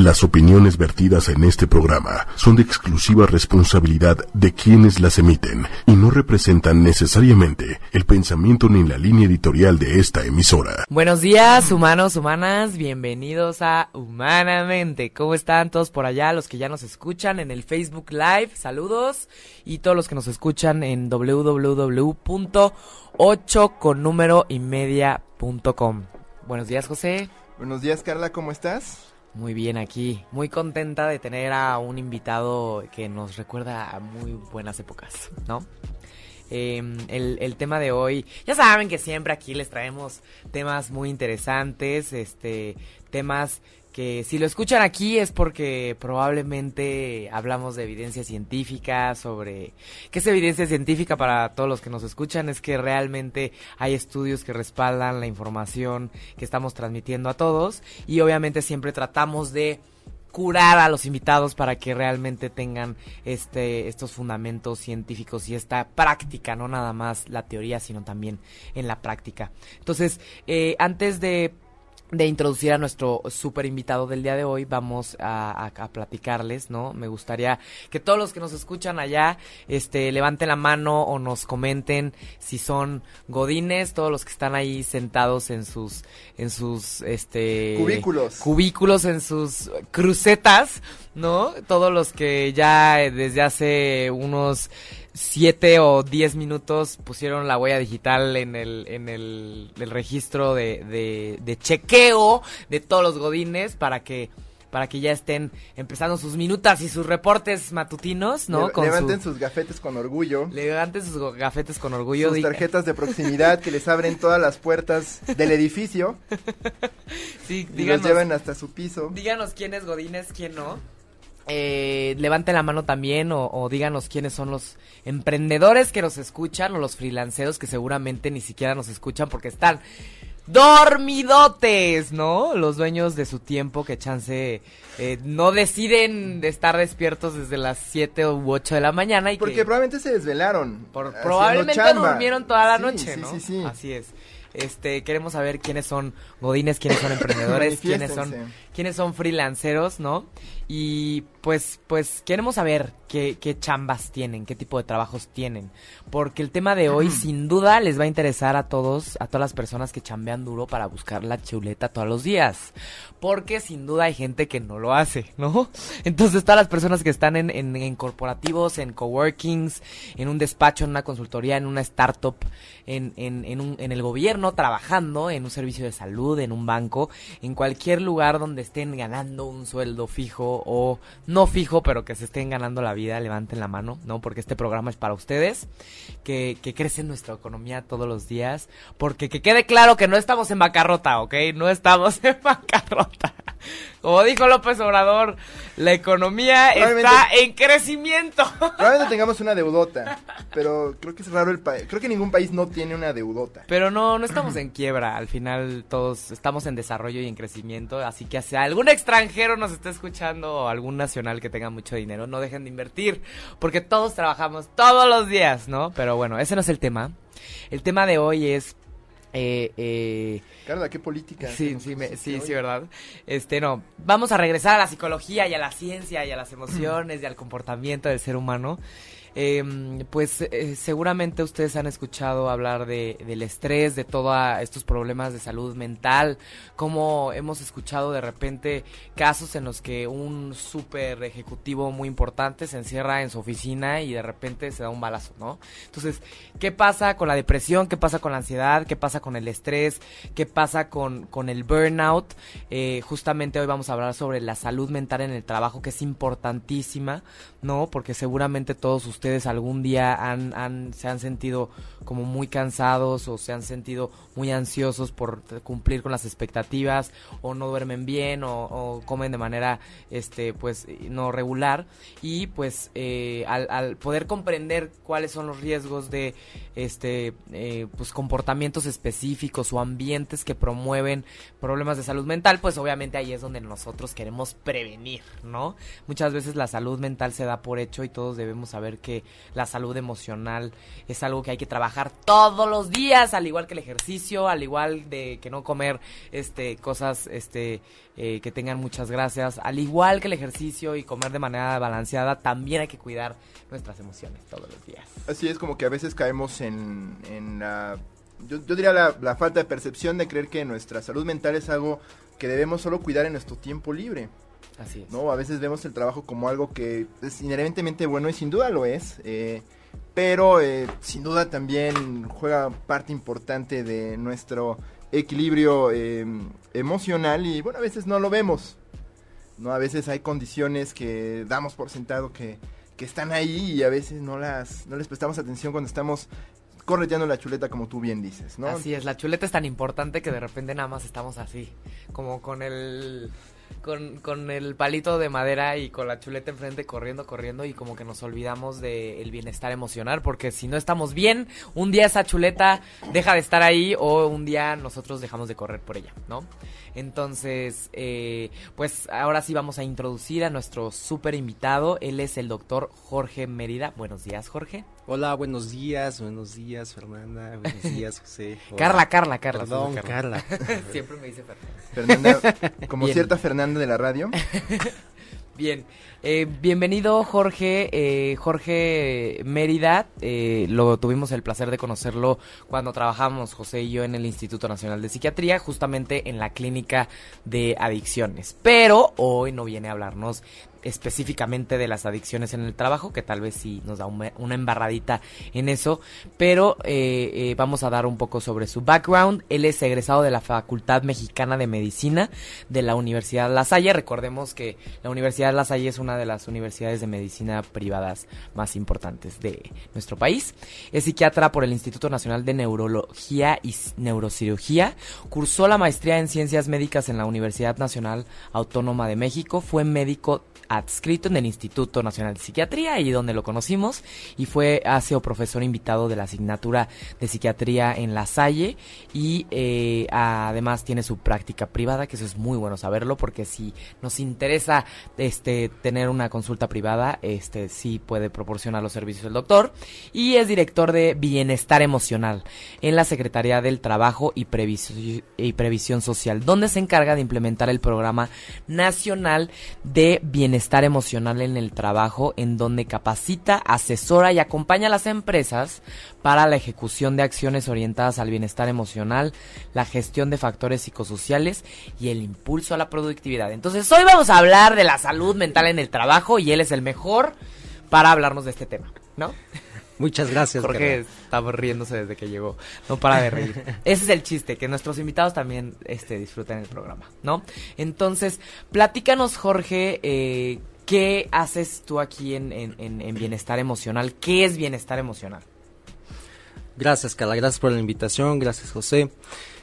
Las opiniones vertidas en este programa son de exclusiva responsabilidad de quienes las emiten y no representan necesariamente el pensamiento ni la línea editorial de esta emisora. Buenos días, humanos, humanas, bienvenidos a Humanamente. ¿Cómo están todos por allá? Los que ya nos escuchan en el Facebook Live, saludos. Y todos los que nos escuchan en www.8con-y-media.com. Buenos días, José. Buenos días, Carla, ¿cómo estás? Muy bien aquí, muy contenta de tener a un invitado que nos recuerda a muy buenas épocas, ¿no? El tema de hoy, ya saben que siempre aquí les traemos temas muy interesantes, temas que si lo escuchan aquí es porque probablemente hablamos de evidencia científica sobre... ¿Qué es evidencia científica para todos los que nos escuchan? Es que realmente hay estudios que respaldan la información que estamos transmitiendo a todos y obviamente siempre tratamos de curar a los invitados para que realmente tengan estos fundamentos científicos y esta práctica, no nada más la teoría, sino también en la práctica. Entonces, antes de introducir a nuestro súper invitado del día de hoy, vamos a platicarles, ¿no? Me gustaría que todos los que nos escuchan allá, levanten la mano o nos comenten si son godines, todos los que están ahí sentados en sus cubículos, en sus crucetas, ¿no? Todos los que ya desde hace unos 7 o 10 minutos pusieron la huella digital en el registro de chequeo de todos los godines para que ya estén empezando sus minutas y sus reportes matutinos, ¿no? Levanten sus gafetes con orgullo. Levanten sus gafetes con orgullo. Sus tarjetas de proximidad que les abren todas las puertas del edificio. Sí, y los llevan hasta su piso. Díganos quién es godines, quién no. Levanten la mano también o díganos quiénes son los emprendedores que nos escuchan o los freelanceros que seguramente ni siquiera nos escuchan porque están dormidotes, ¿no? Los dueños de su tiempo que chance no deciden de estar despiertos desde las 7 u 8 de la mañana. Porque probablemente se desvelaron. Probablemente durmieron toda la noche, ¿no? Sí. Así es. Queremos saber quiénes son godines, quiénes son emprendedores, quiénes son freelanceros, ¿no? Y pues queremos saber qué chambas tienen, qué tipo de trabajos tienen, porque el tema de hoy sin duda les va a interesar a todas las personas que chambean duro para buscar la chuleta todos los días, porque sin duda hay gente que no lo hace, ¿no? Entonces todas las personas que están en corporativos, en coworkings, en un despacho, en una consultoría, en una startup, en el gobierno, trabajando en un servicio de salud, en un banco, en cualquier lugar donde estén ganando un sueldo fijo o no fijo, pero que se estén ganando la vida, levanten la mano, ¿no? Porque este programa es para ustedes, que crece nuestra economía todos los días, porque que quede claro que no estamos en bancarrota, ¿ok? No estamos en bancarrota. Como dijo López Obrador, la economía está en crecimiento. Probablemente tengamos una deudota, pero creo que es raro el país. Creo que ningún país no tiene una deudota. Pero no estamos en quiebra. Al final todos estamos en desarrollo y en crecimiento. Así que si algún extranjero nos está escuchando o algún nacional que tenga mucho dinero, no dejen de invertir, porque todos trabajamos todos los días, ¿no? Pero bueno, ese no es el tema. El tema de hoy es... Carla, qué política. Sí, ¿verdad? No, vamos a regresar a la psicología y a la ciencia y a las emociones y al comportamiento del ser humano. Seguramente ustedes han escuchado hablar del estrés, de todos estos problemas de salud mental, como hemos escuchado de repente casos en los que un súper ejecutivo muy importante se encierra en su oficina y de repente se da un balazo, ¿no? Entonces, ¿qué pasa con la depresión? ¿Qué pasa con la ansiedad? ¿Qué pasa con el estrés? ¿Qué pasa con el burnout? Justamente hoy vamos a hablar sobre la salud mental en el trabajo, que es importantísima, ¿no? Porque seguramente todos ustedes algún día se han sentido como muy cansados o se han sentido muy ansiosos por cumplir con las expectativas, o no duermen bien o comen de manera no regular, y pues al poder comprender cuáles son los riesgos de comportamientos específicos o ambientes que promueven problemas de salud mental, pues obviamente ahí es donde nosotros queremos prevenir, ¿no? Muchas veces la salud mental se da por hecho y todos debemos saber que la salud emocional es algo que hay que trabajar todos los días, al igual que el ejercicio, al igual de que no comer cosas que tengan muchas grasas, al igual que el ejercicio y comer de manera balanceada, también hay que cuidar nuestras emociones todos los días. Así es, como que a veces caemos en la... Yo diría la falta de percepción de creer que nuestra salud mental es algo que debemos solo cuidar en nuestro tiempo libre. Así es. ¿No? A veces vemos el trabajo como algo que es inherentemente bueno y sin duda lo es, pero sin duda también juega parte importante de nuestro equilibrio emocional y bueno, a veces no lo vemos, ¿no? A veces hay condiciones que damos por sentado que están ahí y a veces no les prestamos atención cuando estamos correteando la chuleta, como tú bien dices, ¿no? Así es, la chuleta es tan importante que de repente nada más estamos así, como con el palito de madera y con la chuleta enfrente corriendo y como que nos olvidamos del bienestar emocional, porque si no estamos bien, un día esa chuleta deja de estar ahí o un día nosotros dejamos de correr por ella, ¿no? Entonces, pues ahora sí vamos a introducir a nuestro súper invitado. Él es el doctor Jorge Mérida. Buenos días, Jorge. Hola, buenos días, Fernanda, buenos días, José. Carla. Perdón, Carla. Siempre me dice Fernanda. Fernanda, como Bien. cierta Fernanda de la radio. Bien, bienvenido Jorge, Jorge Mérida, lo tuvimos el placer de conocerlo cuando trabajamos José y yo en el Instituto Nacional de Psiquiatría, justamente en la clínica de adicciones, pero hoy no viene a hablarnos específicamente de las adicciones en el trabajo, que tal vez sí nos da una embarradita en eso, pero vamos a dar un poco sobre su background. Él es egresado de la Facultad Mexicana de Medicina de la Universidad La Salle. Recordemos que la Universidad La Salle es una de las universidades de medicina privadas más importantes de nuestro país. Es psiquiatra por el Instituto Nacional de Neurología y Neurocirugía. Cursó la maestría en Ciencias Médicas en la Universidad Nacional Autónoma de México. Fue médico adscrito en el Instituto Nacional de Psiquiatría, ahí donde lo conocimos, y ha sido profesor invitado de la asignatura de psiquiatría en La Salle, y además tiene su práctica privada, que eso es muy bueno saberlo, porque si nos interesa tener una consulta privada, sí puede proporcionar los servicios del doctor, y es director de Bienestar Emocional en la Secretaría del Trabajo y Previsión Social, donde se encarga de implementar el Programa Nacional de Bienestar Emocional en el Trabajo, en donde capacita, asesora y acompaña a las empresas para la ejecución de acciones orientadas al bienestar emocional, la gestión de factores psicosociales y el impulso a la productividad. Entonces hoy vamos a hablar de la salud mental en el trabajo y él es el mejor para hablarnos de este tema, ¿no? Muchas gracias, Jorge estaba riéndose desde que llegó, no para de reír. Ese es el chiste, que nuestros invitados también disfruten el programa, ¿no? Entonces, platícanos, Jorge, ¿qué haces tú aquí en Bienestar Emocional? ¿Qué es Bienestar Emocional? Gracias, Carla, gracias por la invitación, gracias, José.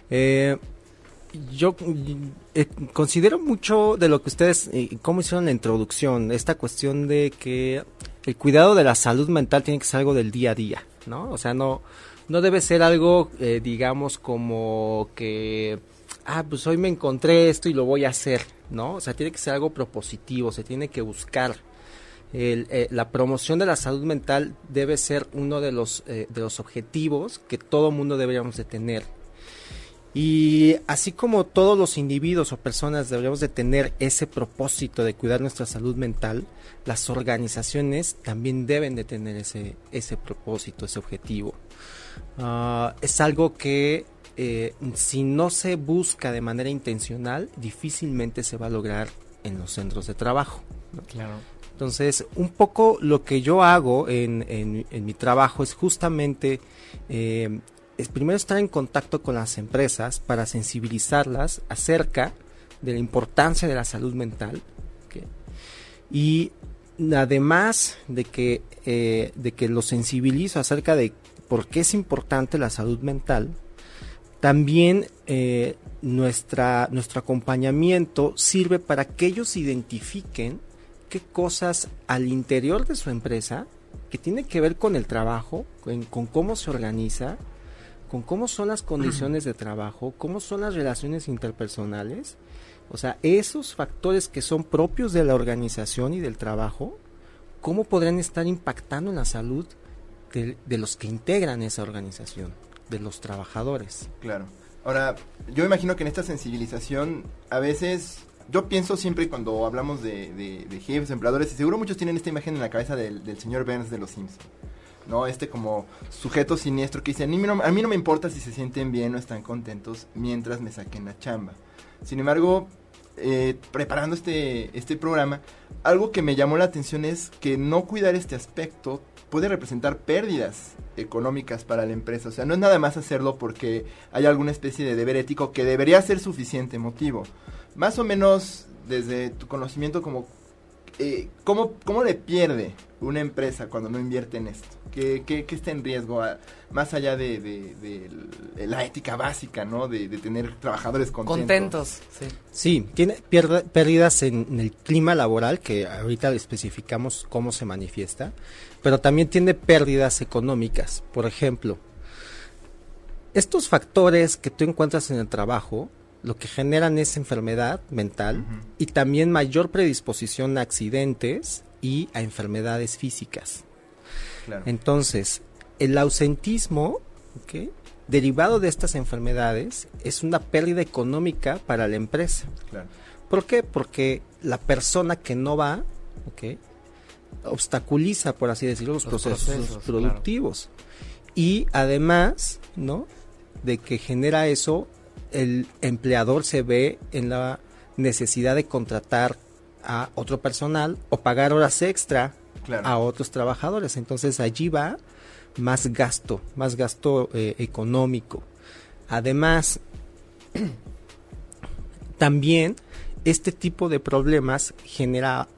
Yo considero mucho de lo que ustedes, cómo hicieron la introducción, esta cuestión de que el cuidado de la salud mental tiene que ser algo del día a día, ¿no? O sea, no debe ser algo, digamos, como que, pues hoy me encontré esto y lo voy a hacer, ¿no? O sea, tiene que ser algo propositivo, se tiene que buscar. La promoción de la salud mental debe ser uno de los objetivos que todo mundo deberíamos de tener. Y así como todos los individuos o personas deberíamos de tener ese propósito de cuidar nuestra salud mental, las organizaciones también deben de tener ese propósito, ese objetivo. Es algo que si no se busca de manera intencional, difícilmente se va a lograr en los centros de trabajo, ¿no? Claro. Entonces, un poco lo que yo hago en mi trabajo es justamente es primero estar en contacto con las empresas para sensibilizarlas acerca de la importancia de la salud mental, ¿okay? Y además de que los sensibilizo acerca de por qué es importante la salud mental, también nuestro acompañamiento sirve para que ellos identifiquen qué cosas al interior de su empresa que tiene que ver con el trabajo, con cómo se organiza, con cómo son las condiciones de trabajo, cómo son las relaciones interpersonales, o sea, esos factores que son propios de la organización y del trabajo, cómo podrían estar impactando en la salud de los que integran esa organización, de los trabajadores. Claro. Ahora, yo imagino que en esta sensibilización, a veces, yo pienso siempre cuando hablamos de jefes, empleadores, y seguro muchos tienen esta imagen en la cabeza del señor Burns de los Simpsons, ¿no? Como sujeto siniestro que dice, a mí no me importa si se sienten bien o están contentos mientras me saquen la chamba. Sin embargo, preparando este programa, algo que me llamó la atención es que no cuidar este aspecto puede representar pérdidas económicas para la empresa. O sea, no es nada más hacerlo porque hay alguna especie de deber ético que debería ser suficiente motivo. Más o menos, desde tu conocimiento, ¿cómo le pierde una empresa cuando no invierte en esto? ¿Qué está en riesgo? Más allá de la ética básica, ¿no? De tener trabajadores contentos. Sí, tiene pérdidas en el clima laboral, que ahorita especificamos cómo se manifiesta, pero también tiene pérdidas económicas. Por ejemplo, estos factores que tú encuentras en el trabajo, lo que generan es enfermedad mental y también mayor predisposición a accidentes y a enfermedades físicas. Claro. Entonces, el ausentismo, derivado de estas enfermedades, es una pérdida económica para la empresa. Claro. ¿Por qué? Porque la persona que no va, obstaculiza, por así decirlo, los procesos productivos. Claro. Y además, ¿no?, de que genera eso, el empleador se ve en la necesidad de contratar a otro personal o pagar horas extra a otros trabajadores. Entonces allí va más gasto económico. Además, también este tipo de problemas genera,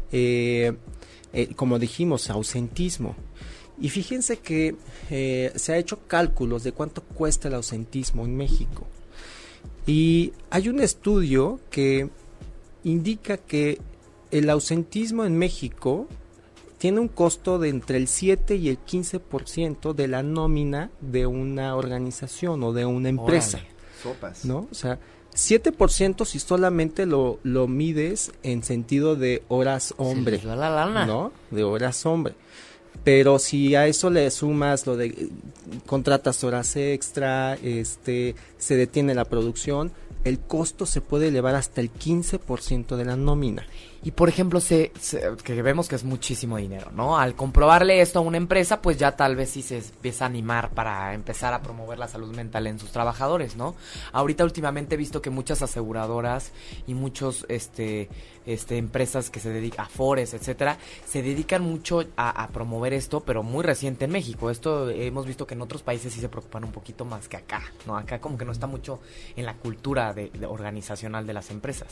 como dijimos, ausentismo. Y fíjense que se ha hecho cálculos de cuánto cuesta el ausentismo en México. Y hay un estudio que indica que el ausentismo en México tiene un costo de entre el 7 y el 15% de la nómina de una organización o de una empresa. Sopas. ¿No? O sea, 7% si solamente lo mides en sentido de horas hombre. La lana. ¿No? De horas hombre. Pero si a eso le sumas lo de contratas horas extra, se detiene la producción, el costo se puede elevar hasta el 15% de la nómina. Y por ejemplo, que vemos que es muchísimo dinero, ¿no? Al comprobarle esto a una empresa, pues ya tal vez sí se empieza a animar para empezar a promover la salud mental en sus trabajadores, ¿no? Ahorita últimamente he visto que muchas aseguradoras y muchos empresas que se dedican, Afores, etcétera, se dedican mucho a promover esto, pero muy reciente en México. Esto hemos visto que en otros países sí se preocupan un poquito más que acá, ¿no? Acá como que no está mucho en la cultura de organizacional de las empresas.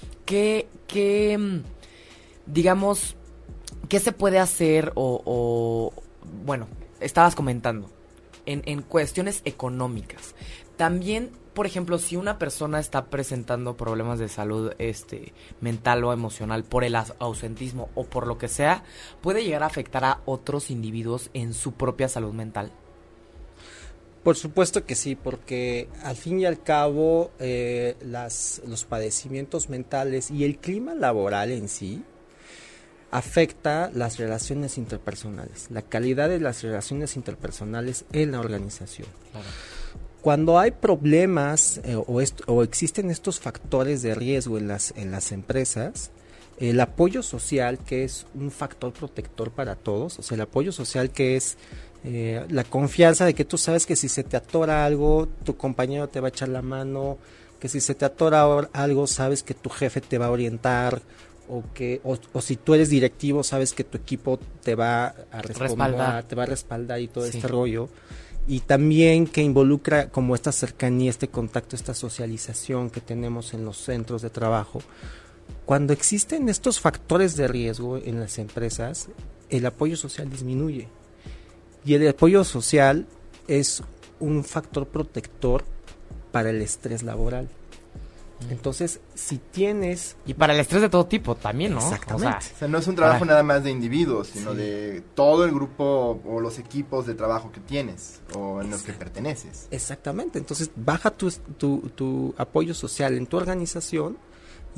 Digamos, ¿qué se puede hacer bueno, estabas comentando, en cuestiones económicas? También, por ejemplo, si una persona está presentando problemas de salud mental o emocional por el ausentismo o por lo que sea, ¿puede llegar a afectar a otros individuos en su propia salud mental? Por supuesto que sí, porque al fin y al cabo los padecimientos mentales y el clima laboral en sí afecta las relaciones interpersonales, la calidad de las relaciones interpersonales en la organización. Claro. Cuando hay problemas o existen estos factores de riesgo en las empresas, el apoyo social, que es un factor protector para todos, o sea, el apoyo social que es la confianza de que tú sabes que si se te atora algo, tu compañero te va a echar la mano, que si se te atora algo, sabes que tu jefe te va a orientar, o si tú eres directivo, sabes que tu equipo te va a respaldar y todo este rollo. Y también que involucra como esta cercanía, este contacto, esta socialización que tenemos en los centros de trabajo. Cuando existen estos factores de riesgo en las empresas, el apoyo social disminuye. Y el apoyo social es un factor protector para el estrés laboral. Entonces, si tienes... Y para el estrés de todo tipo también, ¿no? Exactamente. O sea, no es un trabajo nada más de individuos, sino de todo el grupo o los equipos de trabajo que tienes o en los que perteneces. Exactamente. Entonces, baja tu apoyo social en tu organización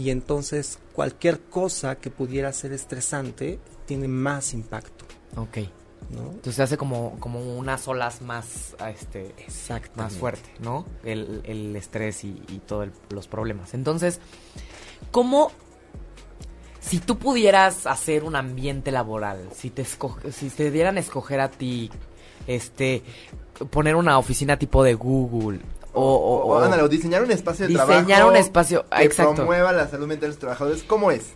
y entonces cualquier cosa que pudiera ser estresante tiene más impacto, Ok. ¿no? Entonces se hace como unas olas más, Exactamente. más fuerte, ¿no? El estrés y todos los problemas. Entonces, ¿cómo, si tú pudieras hacer un ambiente laboral, si te dieran a escoger a ti, poner una oficina tipo de Google, ándale, o diseñar un espacio de trabajo. diseñar un espacio, que exacto. promueva la salud mental de los trabajadores, ¿cómo es?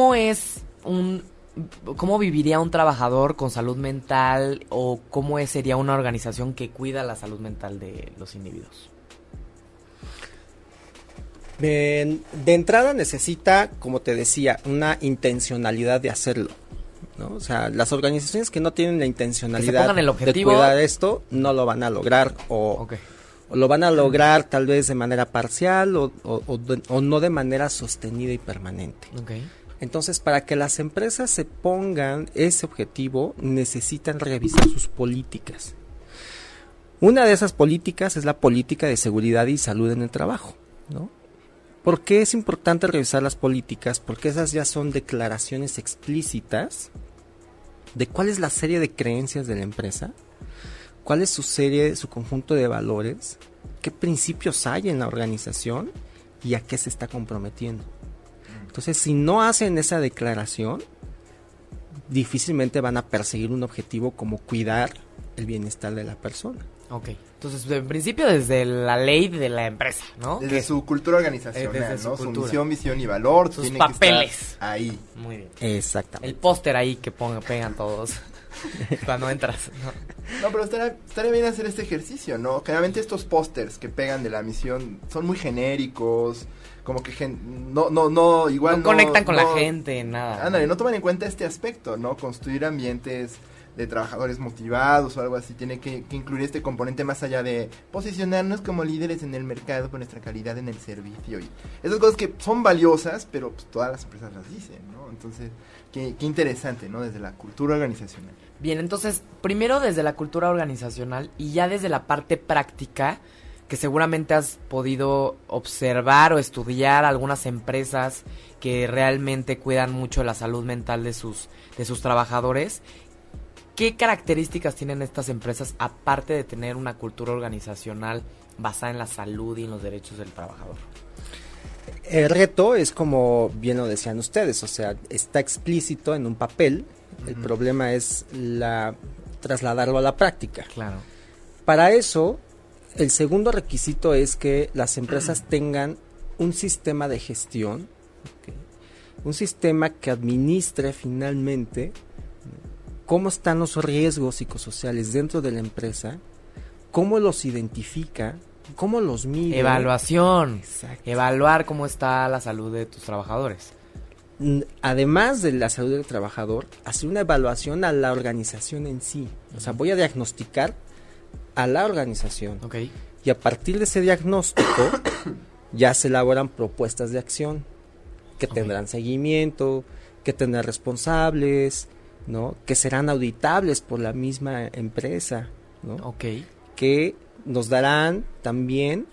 ¿Cómo viviría un trabajador con salud mental o sería una organización que cuida la salud mental de los individuos? De entrada necesita, como te decía, una intencionalidad de hacerlo, ¿no? O sea, las organizaciones que no tienen la intencionalidad pongan el objetivo. de cuidar esto, no lo van a lograr o lo van a lograr tal vez de manera parcial o no de manera sostenida y permanente. Okay. Entonces, para que las empresas se pongan ese objetivo, necesitan revisar sus políticas. Una de esas políticas es la política de seguridad y salud en el trabajo, ¿no? ¿Por qué es importante revisar las políticas? Porque esas ya son declaraciones explícitas de cuál es la serie de creencias de la empresa, cuál es su conjunto de valores, qué principios hay en la organización y a qué se está comprometiendo. Entonces, si no hacen esa declaración, difícilmente van a perseguir un objetivo como cuidar el bienestar de la persona. Ok. Entonces, en principio, desde la ley de la empresa, ¿no? Desde su cultura organizacional, desde su ¿no? cultura. Su misión, visión y valor. Sus tiene papeles. Que estar ahí. Muy bien. Exactamente. El póster ahí que pegan todos cuando entras, ¿no? No, pero estaría bien hacer este ejercicio, ¿no? Generalmente estos pósters que pegan de la misión son muy genéricos, como que igual no conectan con la gente, nada. Ándale, no toman en cuenta este aspecto, ¿no? Construir ambientes de trabajadores motivados o algo así, tiene que incluir este componente más allá de posicionarnos como líderes en el mercado por nuestra calidad en el servicio y esas cosas que son valiosas, pero pues todas las empresas las dicen, ¿no? Entonces, qué interesante, ¿no? Desde la cultura organizacional. Bien, entonces, primero desde la cultura organizacional y ya desde la parte práctica, que seguramente has podido observar o estudiar algunas empresas que realmente cuidan mucho la salud mental de sus trabajadores. ¿Qué características tienen estas empresas aparte de tener una cultura organizacional basada en la salud y en los derechos del trabajador? El reto es como bien lo decían ustedes, o sea, está explícito en un papel, el problema es trasladarlo a la práctica. Claro. Para eso, el segundo requisito es que las empresas tengan un sistema de gestión, un sistema que administre finalmente cómo están los riesgos psicosociales dentro de la empresa, cómo los identifica, cómo los mide. Evaluación. Exacto. Evaluar cómo está la salud de tus trabajadores. Además de la salud del trabajador, hacer una evaluación a la organización en sí. O sea, voy a diagnosticar a la organización. Ok. Y a partir de ese diagnóstico ya se elaboran propuestas de acción que tendrán seguimiento, que tendrán responsables, ¿no? Que serán auditables por la misma empresa, ¿no? Ok. Que nos darán también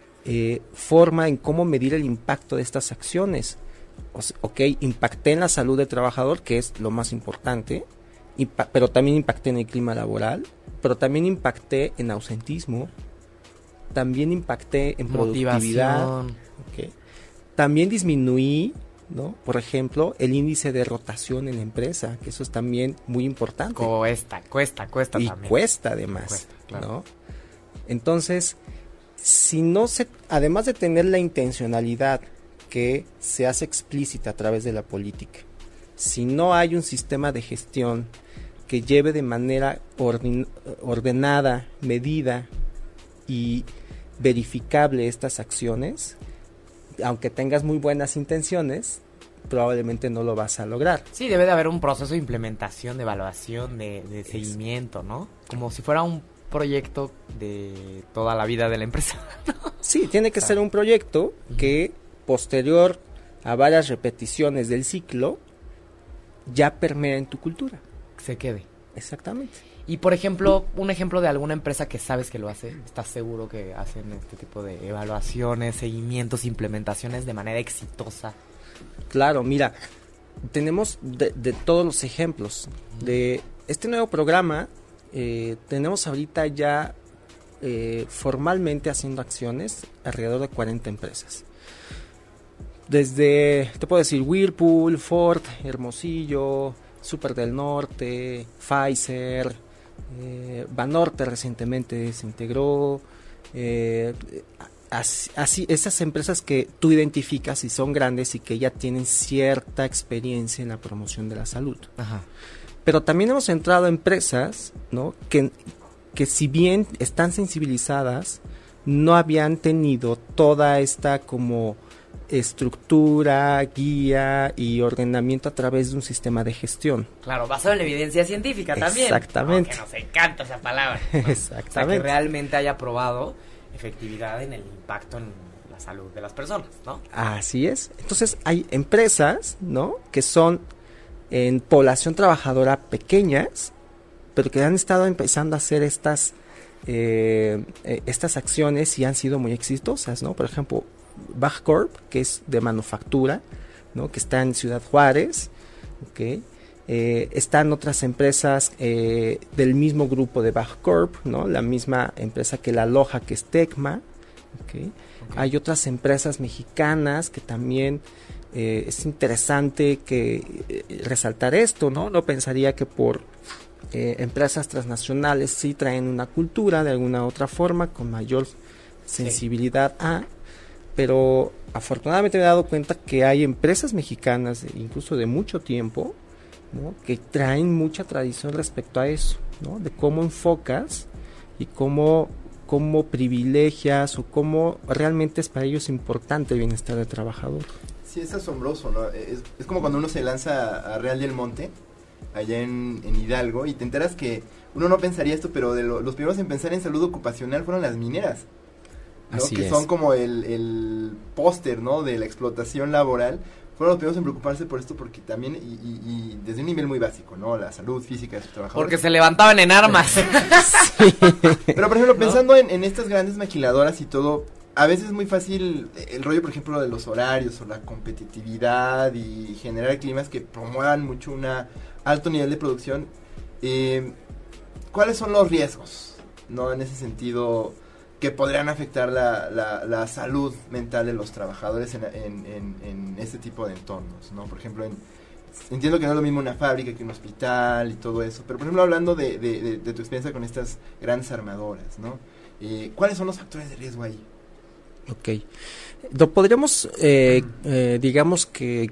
forma en cómo medir el impacto de estas acciones. Impacté en la salud del trabajador, que es lo más importante, pero también impacté en el clima laboral, pero también impacté en ausentismo, también impacté en productividad, también disminuí, ¿no? Por ejemplo, el índice de rotación en la empresa, que eso es también muy importante. Cuesta y también. Cuesta además, Cuesta, claro. ¿no? Entonces, además de tener la intencionalidad que se hace explícita a través de la política, si no hay un sistema de gestión que lleve de manera ordenada, medida y verificable estas acciones, aunque tengas muy buenas intenciones, probablemente no lo vas a lograr. Sí, debe de haber un proceso de implementación, de evaluación, de seguimiento, ¿no? Como si fuera un proyecto de toda la vida de la empresa. Sí, tiene que ser un proyecto que posterior a varias repeticiones del ciclo ya permea en tu cultura. Se quede. Exactamente. Y por ejemplo, un ejemplo de alguna empresa que sabes que lo hace, ¿estás seguro que hacen este tipo de evaluaciones, seguimientos, implementaciones de manera exitosa Claro, mira, tenemos de todos los ejemplos. De este nuevo programa, tenemos ahorita ya formalmente haciendo acciones alrededor de 40 empresas. Desde, te puedo decir, Whirlpool, Ford, Hermosillo, Super del Norte, Pfizer, Banorte recientemente se integró, así esas empresas que tú identificas y son grandes y que ya tienen cierta experiencia en la promoción de la salud. Ajá. Pero también hemos entrado a empresas, ¿no?, que si bien están sensibilizadas, no habían tenido toda esta como estructura, guía y ordenamiento a través de un sistema de gestión. Claro, basado en la evidencia científica también. Exactamente. Que nos encanta esa palabra, ¿no? Exactamente. O sea, que realmente haya probado efectividad en el impacto en la salud de las personas, ¿no? Así es. Entonces hay empresas, ¿no?, que son en población trabajadora pequeñas, pero que han estado empezando a hacer estas acciones y han sido muy exitosas, ¿no? Por ejemplo, Bach Corp, que es de manufactura, ¿no?, que está en Ciudad Juárez, ¿okay? Están otras empresas del mismo grupo de Bach Corp, ¿no?, la misma empresa que La Loja, que es Tecma, ¿okay? Hay otras empresas mexicanas que también es interesante que resaltar esto, ¿no? No pensaría que por empresas transnacionales sí traen una cultura de alguna otra forma con mayor sensibilidad pero afortunadamente me he dado cuenta que hay empresas mexicanas, incluso de mucho tiempo, ¿no?, que traen mucha tradición respecto a eso, ¿no?, de cómo enfocas y cómo privilegias o cómo realmente es para ellos importante el bienestar del trabajador. Sí, es asombroso, ¿no? Es como cuando uno se lanza a Real del Monte, allá en Hidalgo, y te enteras que uno no pensaría esto, pero los primeros en pensar en salud ocupacional fueron las mineras, ¿no? Así que es. son como el póster, ¿no?, de la explotación laboral. Fueron los primeros en preocuparse por esto porque también, y desde un nivel muy básico, ¿no?, la salud física de sus trabajadores. Porque se levantaban en armas. Pero por ejemplo, pensando en estas grandes maquiladoras y todo, a veces es muy fácil el rollo, por ejemplo, de los horarios o la competitividad y generar climas que promuevan mucho un alto nivel de producción. ¿Cuáles son los riesgos, no, en ese sentido, que podrían afectar la salud mental de los trabajadores en este tipo de entornos, ¿no? Por ejemplo, entiendo que no es lo mismo una fábrica que un hospital y todo eso, pero por ejemplo, hablando de tu experiencia con estas grandes armadoras, ¿no? ¿Cuáles son los factores de riesgo ahí? Ok. Lo podríamos, digamos que,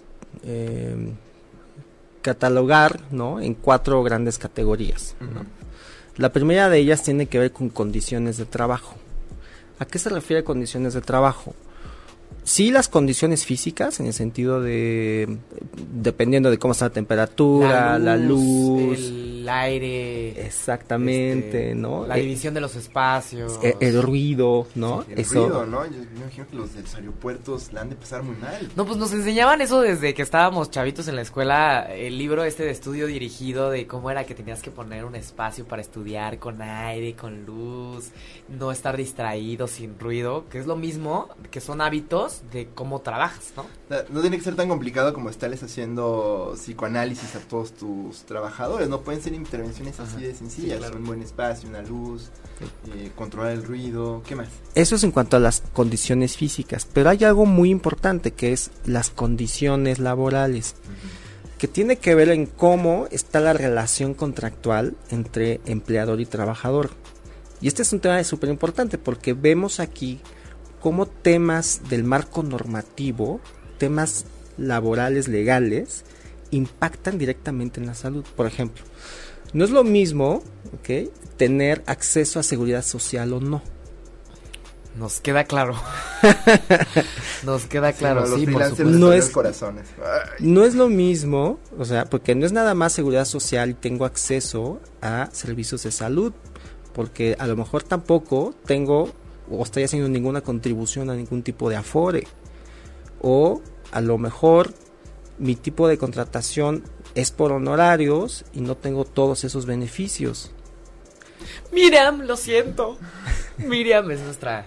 catalogar, ¿no?, en 4 grandes categorías, ¿no? La primera de ellas tiene que ver con condiciones de trabajo. ¿A qué se refiere condiciones de trabajo? Sí, las condiciones físicas, en el sentido de, dependiendo de cómo está la temperatura, la luz, el aire, exactamente, ¿no? La división de los espacios, el ruido, ¿no? Sí, el ruido, ¿no? Yo me imagino que los de los aeropuertos la han de pasar muy mal. No, pues nos enseñaban eso desde que estábamos chavitos en la escuela, el libro de estudio dirigido de cómo era que tenías que poner un espacio para estudiar con aire, con luz, no estar distraído, sin ruido, que es lo mismo, que son hábitos de cómo trabajas, ¿no? No tiene que ser tan complicado como estarles haciendo psicoanálisis a todos tus trabajadores, no pueden ser intervenciones así de sencillas, sí, claro. Un buen espacio, una luz, controlar el ruido, ¿qué más? Eso es en cuanto a las condiciones físicas, pero hay algo muy importante que es las condiciones laborales, que tiene que ver en cómo está la relación contractual entre empleador y trabajador. Y este es un tema súper importante porque vemos aquí cómo temas del marco normativo, temas laborales, legales, impactan directamente en la salud. Por ejemplo, no es lo mismo, ¿okay?, tener acceso a seguridad social o no. Nos queda claro. Nos queda claro, sí, por supuesto. No es lo mismo, o sea, porque no es nada más seguridad social y tengo acceso a servicios de salud, porque a lo mejor tampoco tengo o estoy haciendo ninguna contribución a ningún tipo de afore, o a lo mejor mi tipo de contratación es por honorarios y no tengo todos esos beneficios. Miriam, lo siento. Miriam es nuestra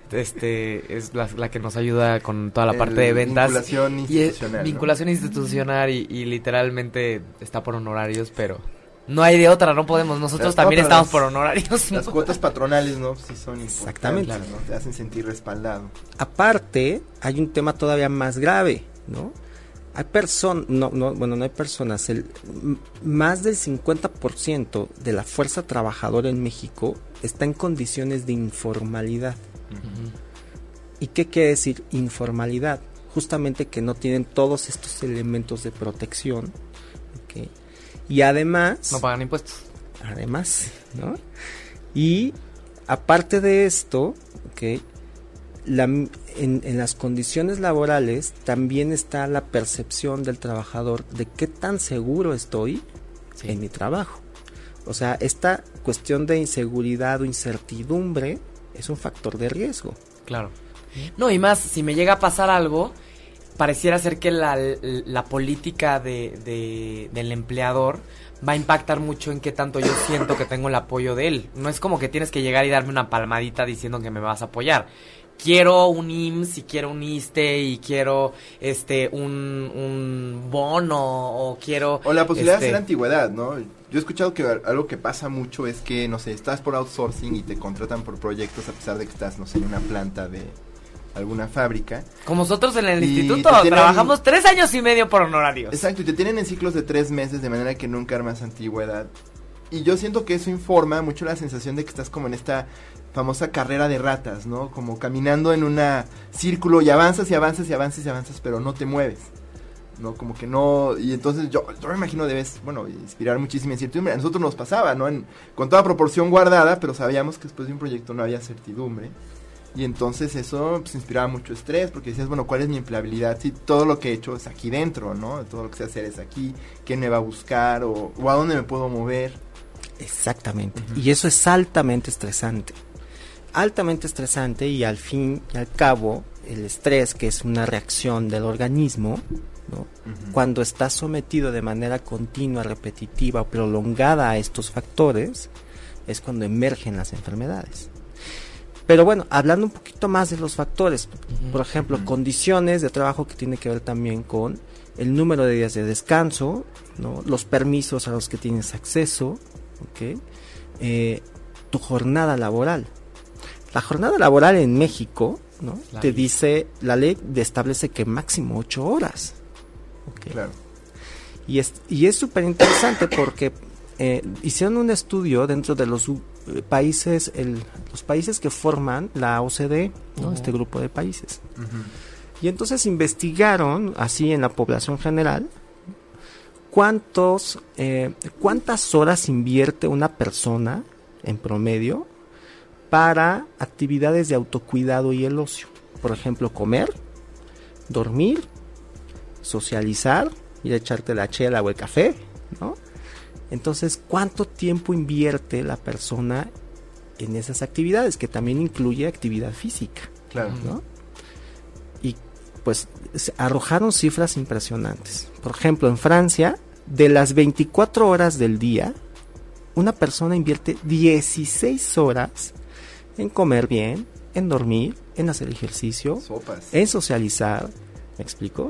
es la que nos ayuda con toda la parte de ventas. Vinculación institucional. Vinculación institucional y literalmente está por honorarios, pero no hay de otra, no podemos. Nosotros también estamos por honorarios. Las cuotas patronales, ¿no? Sí son importantes. Exactamente. ¿No? Te hacen sentir respaldado. Aparte, hay un tema todavía más grave, ¿no? Hay personas, no hay personas, más del 50% de la fuerza trabajadora en México está en condiciones de informalidad. Uh-huh. ¿Y qué quiere decir informalidad? Justamente que no tienen todos estos elementos de protección, ¿okay? Y además... no pagan impuestos. Además, ¿no? Y aparte de esto, ¿okay? En las condiciones laborales también está la percepción del trabajador de qué tan seguro estoy en mi trabajo. O sea, esta cuestión de inseguridad o incertidumbre es un factor de riesgo. Claro. No, y más, si me llega a pasar algo, pareciera ser que la política del empleador va a impactar mucho en qué tanto yo siento que tengo el apoyo de él. No es como que tienes que llegar y darme una palmadita diciendo que me vas a apoyar. Quiero un IMSS y quiero un ISSSTE y quiero un bono o quiero... O la posibilidad de hacer antigüedad, ¿no? Yo he escuchado que algo que pasa mucho es que, no sé, estás por outsourcing y te contratan por proyectos a pesar de que estás, no sé, en una planta de alguna fábrica. Como nosotros en el instituto trabajamos 3 años y medio por honorarios. Exacto, y te tienen en ciclos de 3 meses de manera que nunca armas antigüedad. Y yo siento que eso informa mucho la sensación de que estás como en esta famosa carrera de ratas, ¿no? Como caminando en un círculo y avanzas y avanzas y avanzas y avanzas, pero no te mueves, ¿no? Como que no... Y entonces yo me imagino debes, inspirar muchísima incertidumbre. A nosotros nos pasaba, ¿no? Con toda proporción guardada, pero sabíamos que después de un proyecto no había certidumbre. Y entonces eso pues inspiraba mucho estrés, porque decías, ¿cuál es mi empleabilidad? Si todo lo que he hecho es aquí dentro, ¿no? Todo lo que sé hacer es aquí, ¿quién me va a buscar? O a dónde me puedo mover. Exactamente. Uh-huh. Y eso es altamente estresante. Altamente estresante, y al fin y al cabo, el estrés, que es una reacción del organismo, ¿no? Uh-huh. Cuando está sometido de manera continua, repetitiva o prolongada a estos factores, es cuando emergen las enfermedades. Pero bueno, hablando un poquito más de los factores, uh-huh, por ejemplo, uh-huh, condiciones de trabajo que tiene que ver también con el número de días de descanso, ¿no? Los permisos a los que tienes acceso, ¿okay? Tu jornada laboral. La jornada laboral en México, ¿no? Te dice, la ley establece que máximo 8 horas. ¿Okay? Claro. Y es súper interesante porque hicieron un estudio dentro de los países, los países que forman la OCDE, ¿no? Uh-huh. Este grupo de países. Uh-huh. Y entonces investigaron, así en la población general, cuántas horas invierte una persona en promedio para actividades de autocuidado y el ocio. Por ejemplo, comer, dormir, socializar, ir a echarte la chela o el café, ¿no? Entonces, ¿cuánto tiempo invierte la persona en esas actividades? Que también incluye actividad física. Claro. ¿No? Y pues arrojaron cifras impresionantes. Por ejemplo, en Francia, de las 24 horas del día, una persona invierte 16 horas en comer bien, en dormir, en hacer ejercicio, en socializar. ¿Me explico?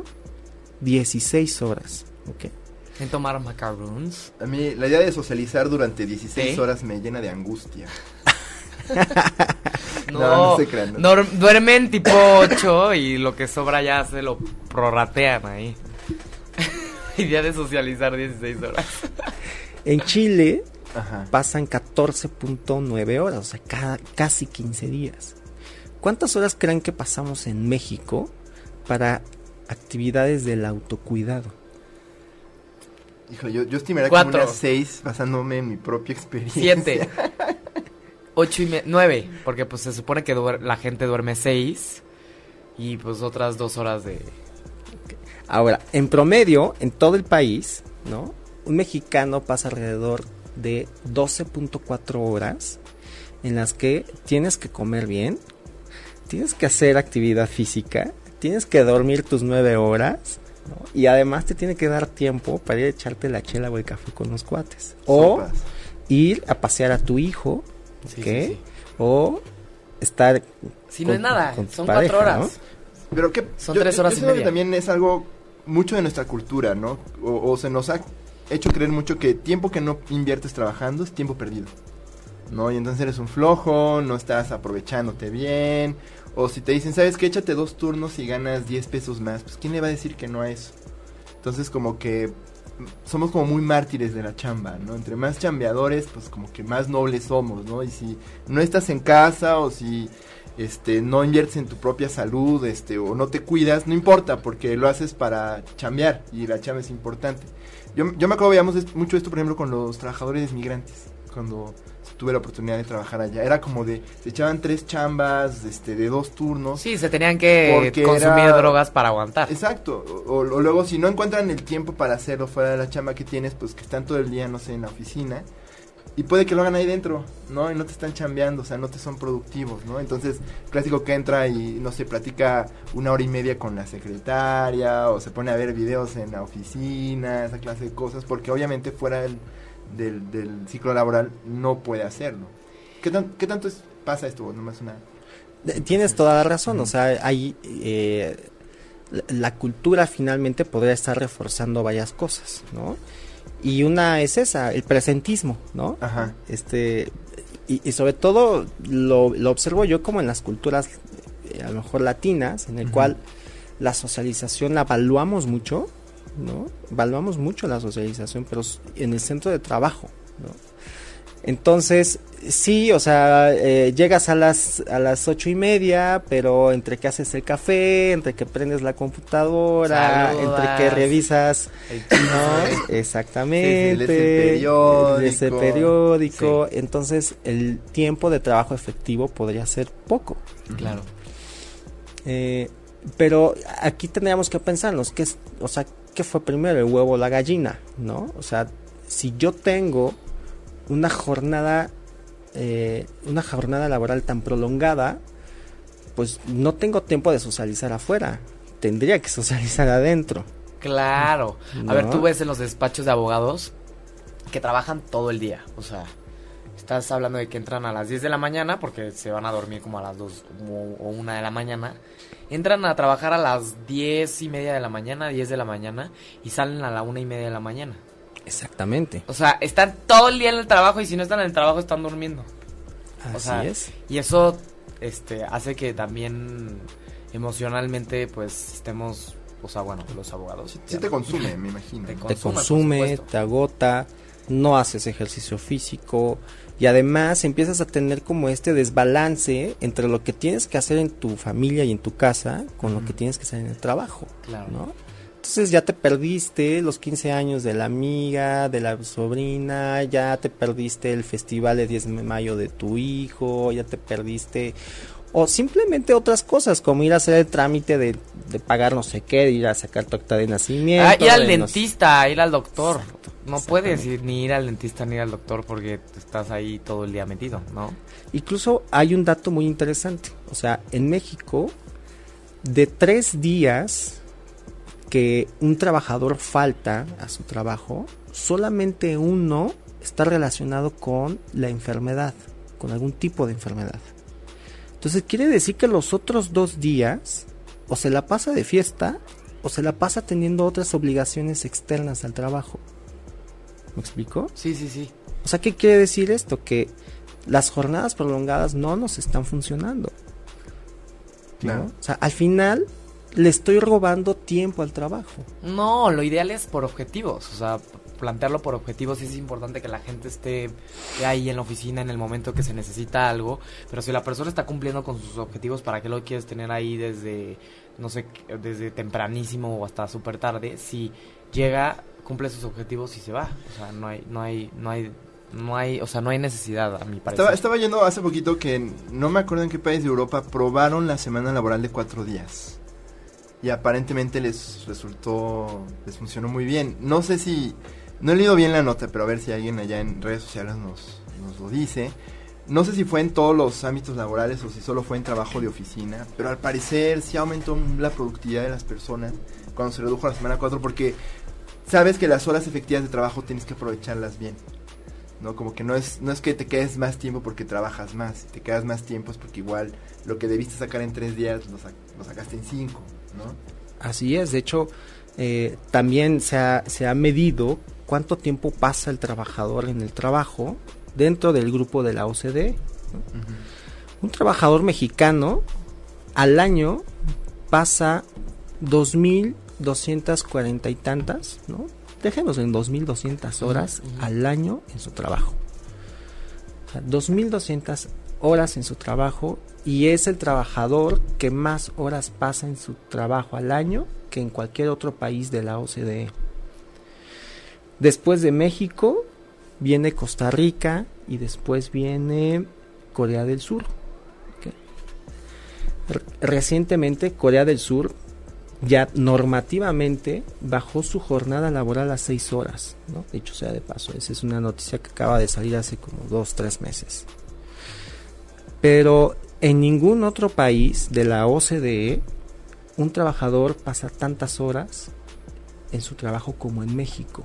16 horas. ¿Okay? En tomar macarons. A mí la idea de socializar durante 16 horas me llena de angustia. No se crean. Duermen tipo 8 y lo que sobra ya se lo prorratean ahí. Idea de socializar 16 horas. En Chile... Ajá. Pasan 14.9 horas, o sea, casi 15 días. ¿Cuántas horas creen que pasamos en México para actividades del autocuidado? Híjole, yo estimaría como unas 6, basándome en mi propia experiencia. 7, 8 y 9, porque pues se supone que la gente duerme 6 y pues otras 2 horas de... Ahora, en promedio, en todo el país, ¿no? Un mexicano pasa alrededor de 12.4 horas en las que tienes que comer bien, tienes que hacer actividad física, tienes que dormir tus 9 horas, ¿no? Y además te tiene que dar tiempo para ir a echarte la chela o el café con los cuates. O ir a pasear a tu hijo, ¿okay? Sí. O estar Si no es nada, con tu son pareja, 4 horas. ¿no? Pero que Son 3 horas yo y siento media. que también es algo mucho de nuestra cultura, ¿no? O se nos ha hecho creer mucho que tiempo que no inviertes trabajando es tiempo perdido, ¿no? Y entonces eres un flojo, no estás aprovechándote bien. O si te dicen, ¿sabes qué? Échate 2 turnos y ganas 10 pesos más. Pues ¿quién le va a decir que no a eso? Entonces como que somos como muy mártires de la chamba, ¿no? Entre más chambeadores, pues como que más nobles somos, ¿no? Y si no estás en casa o si no inviertes en tu propia salud, o no te cuidas, no importa, porque lo haces para chambear y la chamba es importante. Yo me acuerdo, veíamos mucho esto, por ejemplo, con los trabajadores migrantes, cuando tuve la oportunidad de trabajar allá. Era como se echaban 3 chambas, de 2 turnos. Sí, se tenían que Porque consumir drogas para aguantar. Exacto, o luego si no encuentran el tiempo para hacerlo fuera de la chamba que tienes, pues que están todo el día, no sé, en la oficina, y puede que lo hagan ahí dentro, ¿no? Y no te están chambeando, o sea, no te son productivos, ¿no? Entonces, clásico que entra y, no sé, platica 1 hora y media con la secretaria, o se pone a ver videos en la oficina, esa clase de cosas, porque obviamente fuera del ciclo laboral no puede hacerlo. ¿Qué tanto pasa esto? Nomás una... Tienes toda la razón, o sea, hay la cultura finalmente podría estar reforzando varias cosas, ¿no? Y una es esa, el presentismo, ¿no? Ajá. Y sobre todo lo observo yo como en las culturas a lo mejor latinas, en el cual la socialización la evaluamos mucho, ¿no? Evaluamos mucho la socialización, pero en el centro de trabajo, ¿no? Entonces, sí, o sea, llegas a las 8:30, pero entre que haces el café, entre que prendes la computadora, saludas, entre que revisas, ¿no? Exactamente, lees el periódico, Sí. Entonces el tiempo de trabajo efectivo podría ser poco. Claro. Pero aquí tendríamos que pensarnos, ¿qué fue primero, el huevo o la gallina? ¿No? O sea, si yo tengo una jornada laboral tan prolongada, pues no tengo tiempo de socializar afuera, tendría que socializar adentro. Claro. ¿No? A ver, tú ves en los despachos de abogados que trabajan todo el día. O sea, estás hablando de que entran a las 10 de la mañana porque se van a dormir como a las 2 o 1 de la mañana. Entran a trabajar a las 10:30 de la mañana, 10 de la mañana, y salen a la 1:30 de la mañana. Exactamente. O sea, están todo el día en el trabajo y si no están en el trabajo están durmiendo. Así es. Y eso hace que también emocionalmente pues estemos, o sea, bueno, los abogados. Sí te consume, me imagino. Te Te por consume, supuesto. te agota, no haces ejercicio físico y además empiezas a tener como este desbalance entre lo que tienes que hacer en tu familia y en tu casa con lo que tienes que hacer en el trabajo, Claro. ¿no? Entonces ya te perdiste los 15 años de la amiga, de la sobrina, ya te perdiste el festival de 10 de mayo de tu hijo, ya te perdiste, o simplemente otras cosas, como ir a hacer el trámite de pagar no sé qué, de ir a sacar tu acta de nacimiento. Ir al de dentista, ir al doctor. Exacto, No puedes ni ir al dentista ni ir al doctor porque estás ahí todo el día metido, ¿no? Incluso hay un dato muy interesante, o sea, en México, de 3 días que un trabajador falta a su trabajo, solamente 1 está relacionado con la enfermedad, con algún tipo de enfermedad. Entonces quiere decir que los otros 2 días o se la pasa de fiesta o se la pasa teniendo otras obligaciones externas al trabajo. ¿Me explico? Sí, sí, sí. O sea, ¿qué quiere decir esto? Que las jornadas prolongadas no nos están funcionando. Claro. ¿No? O sea, al final le estoy robando tiempo al trabajo. No, lo ideal es por objetivos, o sea, plantearlo por objetivos. Es importante que la gente esté ahí en la oficina en el momento que se necesita algo, pero si la persona está cumpliendo con sus objetivos, ¿para qué lo quieres tener ahí desde, no sé, desde tempranísimo o hasta súper tarde? Si llega, cumple sus objetivos y se va, o sea, no hay necesidad, a mi parecer. Estaba yendo hace poquito que no me acuerdo en qué país de Europa probaron la semana laboral de 4 días. Y aparentemente les funcionó muy bien. No sé si, no he leído bien la nota, pero a ver si alguien allá en redes sociales nos lo dice. No sé si fue en todos los ámbitos laborales o si solo fue en trabajo de oficina, pero al parecer sí aumentó la productividad de las personas cuando se redujo a la semana 4, porque sabes que las horas efectivas de trabajo tienes que aprovecharlas bien. ¿no? Como que no es que te quedes más tiempo porque trabajas más, si te quedas más tiempo es porque igual lo que debiste sacar en 3 días lo sacaste en 5, ¿no? Así es, de hecho, también se ha medido cuánto tiempo pasa el trabajador en el trabajo dentro del grupo de la OCDE, ¿no? Uh-huh. Un trabajador mexicano al año pasa 2,240 y tantas, ¿no? Dejemos en 2,200 horas al año en su trabajo. O sea, 2,200 horas en su trabajo, y es el trabajador que más horas pasa en su trabajo al año que en cualquier otro país de la OCDE. Después de México viene Costa Rica y después viene Corea del Sur. ¿Okay? Recientemente Corea del Sur ya normativamente bajó su jornada laboral a 6 horas, ¿no? Dicho sea de paso, esa es una noticia que acaba de salir hace como 2-3 meses. Pero en ningún otro país de la OCDE un trabajador pasa tantas horas en su trabajo como en México.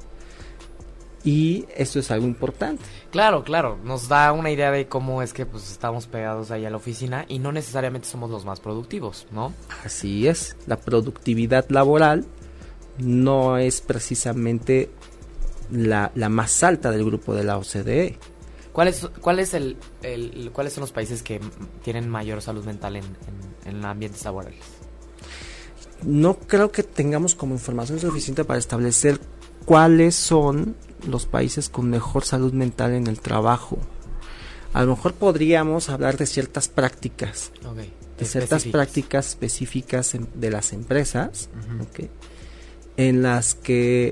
Y esto es algo importante. Claro, nos da una idea de cómo es que pues estamos pegados ahí a la oficina y no necesariamente somos los más productivos, ¿no? Así es, la productividad laboral no es precisamente la más alta del grupo de la OCDE. ¿Cuáles son los países que tienen mayor salud mental en ambientes laborales? No creo que tengamos como información suficiente para establecer cuáles son los países con mejor salud mental en el trabajo. A lo mejor podríamos hablar de ciertas prácticas, de ciertas prácticas específicas de las empresas, uh-huh. Okay, en las que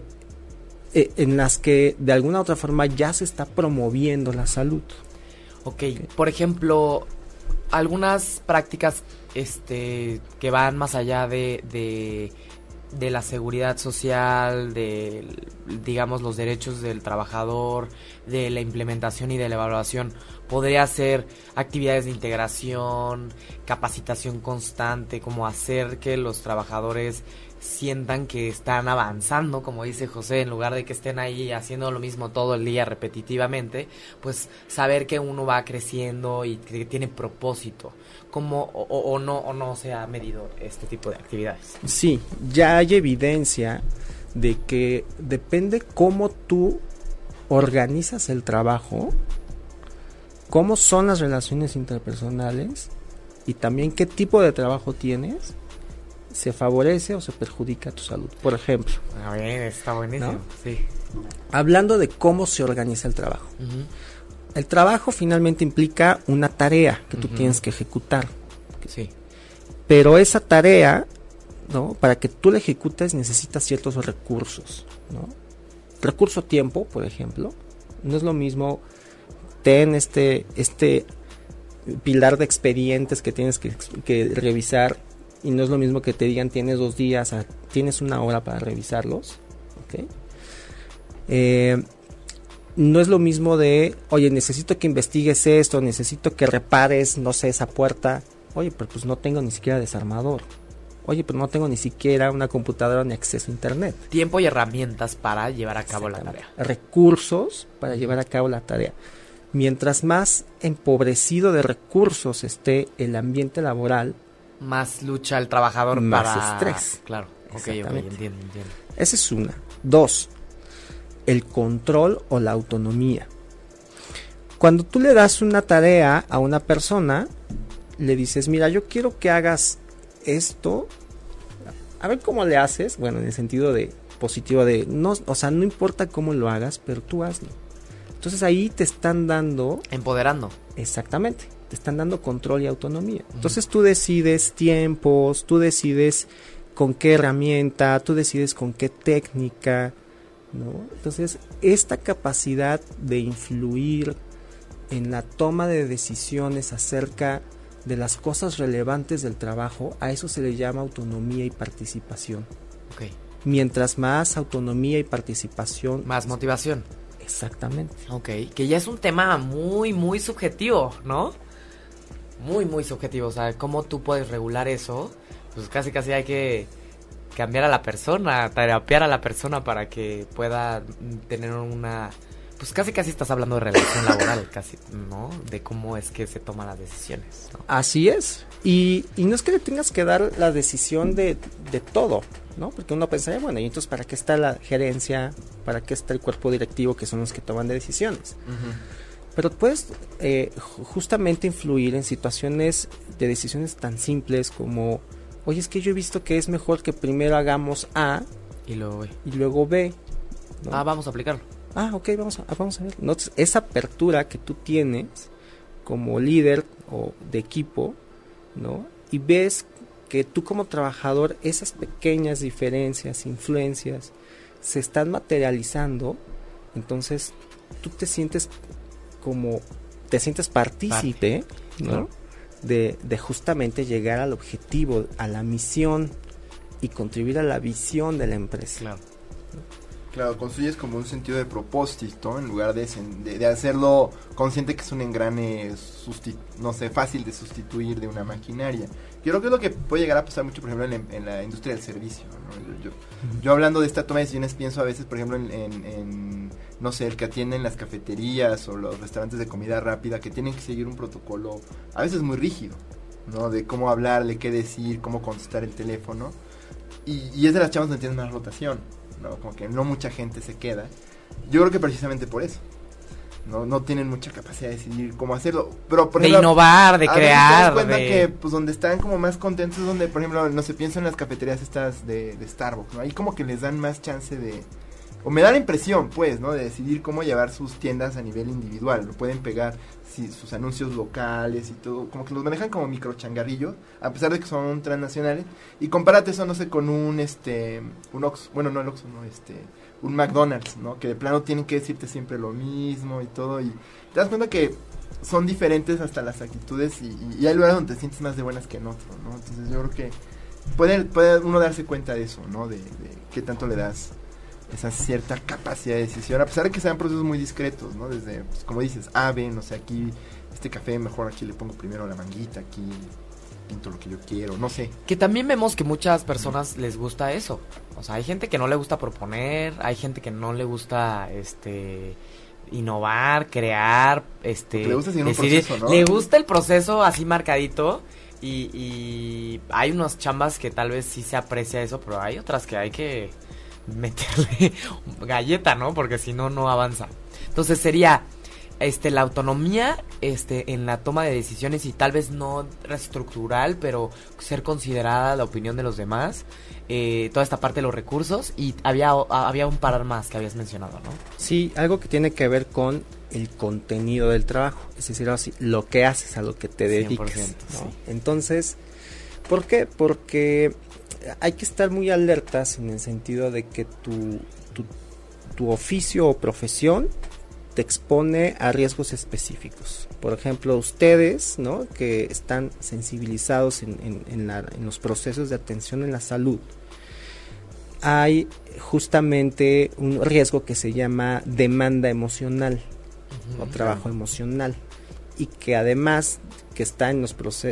de alguna u otra forma ya se está promoviendo la salud. Okay. Por ejemplo, algunas prácticas que van más allá de la seguridad social, de, digamos, los derechos del trabajador, de la implementación y de la evaluación. Podría ser actividades de integración, capacitación constante, como hacer que los trabajadores sientan que están avanzando, como dice José, en lugar de que estén ahí haciendo lo mismo todo el día repetitivamente, pues saber que uno va creciendo y que tiene propósito. ¿Cómo o no se ha medido este tipo de actividades? Sí, ya hay evidencia de que depende cómo tú organizas el trabajo, cómo son las relaciones interpersonales y también qué tipo de trabajo tienes, se favorece o se perjudica tu salud. Por ejemplo, a ver, está buenísimo, ¿no? Sí. Hablando de cómo se organiza el trabajo. Uh-huh. El trabajo finalmente implica una tarea que tú uh-huh. tienes que ejecutar. Sí. Pero esa tarea, ¿no? Para que tú la ejecutes necesitas ciertos recursos, ¿no? Recurso tiempo, por ejemplo. No es lo mismo ten este pilar de expedientes que tienes que revisar, y no es lo mismo que te digan tienes 2 días, tienes 1 hora para revisarlos, ¿ok? No es lo mismo de, oye, necesito que investigues esto, necesito que repares, no sé, esa puerta. Oye, pero pues no tengo ni siquiera desarmador. Oye, pero no tengo ni siquiera una computadora ni acceso a internet. Tiempo y herramientas para llevar a cabo la tarea. Recursos para llevar a cabo la tarea. Mientras más empobrecido de recursos esté el ambiente laboral, más lucha el trabajador más para... estrés. Claro, ok, entiendo. Esa es una. 2, el control o la autonomía. Cuando tú le das una tarea a una persona, le dices, mira, yo quiero que hagas esto, a ver cómo le haces, bueno, en el sentido de positivo de, no, o sea, no importa cómo lo hagas, pero tú hazlo. Entonces ahí te están dando... Empoderando. Exactamente, te están dando control y autonomía. Entonces tú decides tiempos, tú decides con qué herramienta, tú decides con qué técnica, ¿no? Entonces esta capacidad de influir en la toma de decisiones acerca de las cosas relevantes del trabajo, a eso se le llama autonomía y participación. Okay. Mientras más autonomía y participación, más motivación. Exactamente. Ok, que ya es un tema muy, muy subjetivo, ¿no? Muy, muy subjetivo. O sea, cómo tú puedes regular eso, pues casi hay que cambiar a la persona, terapiar a la persona para que pueda tener una pues casi estás hablando de relación laboral, casi, ¿no? De cómo es que se toman las decisiones, ¿no? Así es. Y no es que le tengas que dar la decisión de todo, ¿no? Porque uno pensaría, bueno, ¿y entonces para qué está la gerencia? ¿Para qué está el cuerpo directivo, que son los que toman decisiones? Pero puedes justamente influir en situaciones de decisiones tan simples como, oye, es que yo he visto que es mejor que primero hagamos A y luego B, ¿no? Vamos a aplicarlo. Ok, vamos a ver. Entonces, esa apertura que tú tienes como líder o de equipo, ¿no? Y ves que tú como trabajador, esas pequeñas diferencias, influencias, se están materializando, entonces tú te sientes partícipe, ¿no? Claro. De justamente llegar al objetivo, a la misión y contribuir a la visión de la empresa. Claro. Claro, construyes como un sentido de propósito en lugar de hacerlo consciente que es un engrane, fácil de sustituir de una maquinaria. Yo creo que es lo que puede llegar a pasar mucho, por ejemplo, en la industria del servicio, ¿no? Yo hablando de esta toma de decisiones pienso a veces, por ejemplo, en no sé, el que atiende en las cafeterías o los restaurantes de comida rápida, que tienen que seguir un protocolo a veces muy rígido, ¿no? De cómo hablarle, qué decir, cómo contestar el teléfono. Y es de las chavas donde tienen más rotación, ¿no? Como que no mucha gente se queda. Yo creo que precisamente por eso. No tienen mucha capacidad de decidir cómo hacerlo. Pero, por ejemplo, innovar, de crear. Te das cuenta que pues donde están como más contentos es donde, por ejemplo, no se piensa en las cafeterías estas de Starbucks, ¿no? Ahí como que les dan más chance de... O me da la impresión, pues, ¿no? De decidir cómo llevar sus tiendas a nivel individual. Lo pueden pegar sus anuncios locales y todo. Como que los manejan como microchangarrillos, a pesar de que son transnacionales. Y compárate eso, no sé, con un Oxxo, bueno, no el Oxxo, no, un McDonald's, ¿no? Que de plano tienen que decirte siempre lo mismo y todo. Y te das cuenta que son diferentes hasta las actitudes y hay lugares donde te sientes más de buenas que en otros, ¿no? Entonces yo creo que puede uno darse cuenta de eso, ¿no? De qué tanto le das esa cierta capacidad de decisión, a pesar de que sean procesos muy discretos, ¿no? Desde, pues, como dices, no sé, aquí este café mejor aquí le pongo primero la manguita, aquí pinto lo que yo quiero, no sé. Que también vemos que muchas personas les gusta eso. O sea, hay gente que no le gusta proponer, hay gente que no le gusta innovar, crear, le gusta seguir un proceso, ¿no? Le gusta el proceso así marcadito. Y hay unas chambas que tal vez sí se aprecia eso, pero hay otras que hay que meterle galleta, ¿no? Porque si no, no avanza. Entonces sería la autonomía en la toma de decisiones y tal vez no reestructural, pero ser considerada la opinión de los demás, toda esta parte de los recursos, y había un par más que habías mencionado, ¿no? Sí, algo que tiene que ver con el contenido del trabajo, es decir, así, lo que haces, a lo que te dedicas, 100%, ¿no? Sí. Entonces, ¿por qué? Porque hay que estar muy alertas en el sentido de que tu oficio o profesión te expone a riesgos específicos. Por ejemplo, ustedes, ¿no? Que están sensibilizados en los procesos de atención en la salud, hay justamente un riesgo que se llama demanda emocional o trabajo emocional, y que además que está en los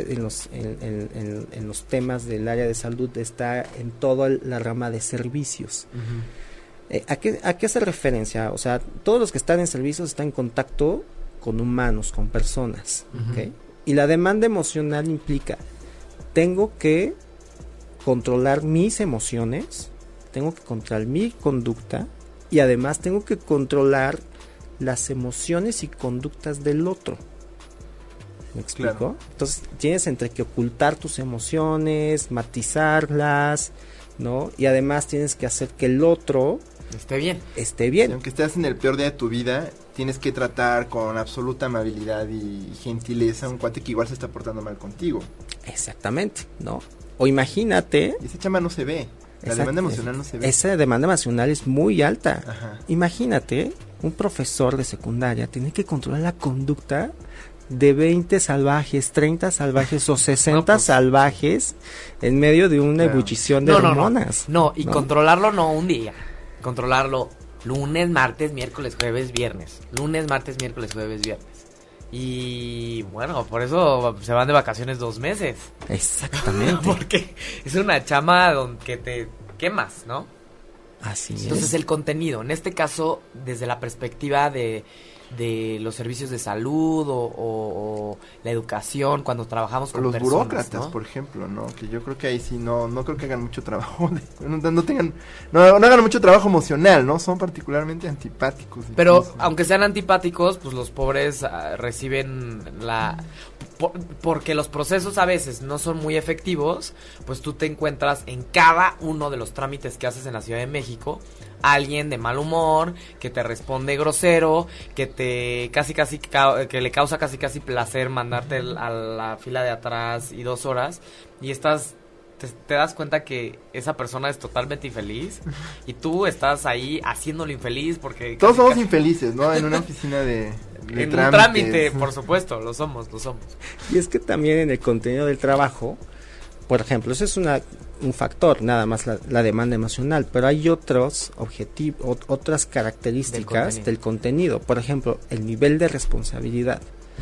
temas del área de salud, está en toda la rama de servicios. ¿A qué hace referencia? O sea, todos los que están en servicios están en contacto con humanos, con personas, ¿okay? Y la demanda emocional implica, tengo que controlar mis emociones, tengo que controlar mi conducta, y además tengo que controlar las emociones y conductas del otro. ¿Me explico? Claro. Entonces tienes entre que ocultar tus emociones, matizarlas, ¿no? Y además tienes que hacer que el otro esté bien. Y aunque estés en el peor día de tu vida, tienes que tratar con absoluta amabilidad y gentileza a un cuate que igual se está portando mal contigo. Exactamente, ¿no? O imagínate... Y esa chamba no se ve. La demanda emocional no se ve. Esa demanda emocional es muy alta. Ajá. Imagínate, un profesor de secundaria tiene que controlar la conducta de 20 salvajes, 30 salvajes o 60 salvajes en medio de una ebullición de hormonas. No, controlarlo no un día. Controlarlo lunes, martes, miércoles, jueves, viernes. Lunes, martes, miércoles, jueves, viernes. Y bueno, por eso se van de vacaciones 2 meses. Exactamente. Porque es una chama donde te quemas, ¿no? Así es. Entonces el contenido, en este caso, desde la perspectiva de los servicios de salud o la educación, cuando trabajamos con los personas, burócratas, ¿no? por ejemplo, ¿no? Que yo creo que ahí sí no creo que hagan mucho trabajo, no hagan mucho trabajo emocional, ¿no? Son particularmente antipáticos. Pero incluso. aunque sean antipáticos, pues los pobres reciben porque los procesos a veces no son muy efectivos, pues tú te encuentras en cada uno de los trámites que haces en la Ciudad de México alguien de mal humor, que te responde grosero, que te que le causa casi placer mandarte a la fila de atrás y 2 horas, y te das cuenta que esa persona es totalmente infeliz y tú estás ahí haciéndolo infeliz porque... Todos somos infelices, ¿no? En una oficina de en trámites. un trámite, por supuesto, lo somos. Y es que también en el contenido del trabajo, por ejemplo, eso es un factor, nada más la demanda emocional, pero hay otros objetivos, otras características del contenido. Por ejemplo, el nivel de responsabilidad.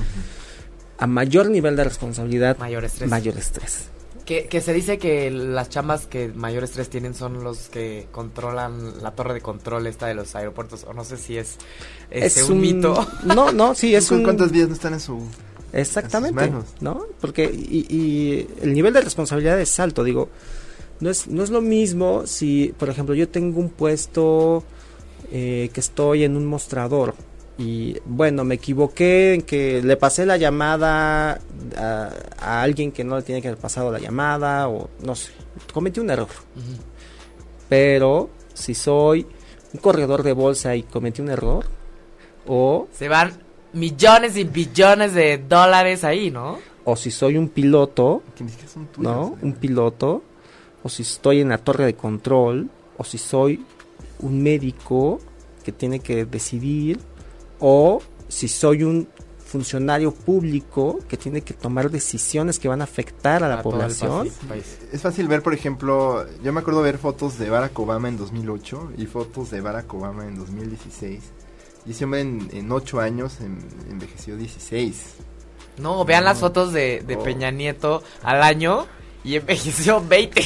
A mayor nivel de responsabilidad, mayor estrés. Que se dice que las chambas que mayor estrés tienen son los que controlan la torre de control esta de los aeropuertos, o no sé si es un mito. No, sí, es ¿Cuántas vidas no están en su... Exactamente, en sus manos? ¿no? Porque y el nivel de responsabilidad es alto, digo, no es lo mismo si, por ejemplo, yo tengo un puesto que estoy en un mostrador y, bueno, me equivoqué en que le pasé la llamada a alguien que no le tiene que haber pasado la llamada, o no sé, cometí un error. Uh-huh. Pero si soy un corredor de bolsa y cometí un error, o... se van millones y billones de dólares ahí, ¿no? O si soy un piloto, son tuyos, ¿no? Un piloto, o si estoy en la torre de control, o si soy un médico que tiene que decidir, o si soy un funcionario público que tiene que tomar decisiones que van a afectar a la población. Es fácil ver, por ejemplo, yo me acuerdo ver fotos de Barack Obama en 2008 y fotos de Barack Obama en 2016. Y ese hombre en 8 años envejeció 16. No, vean las fotos de Peña Nieto al año y envejeció 20.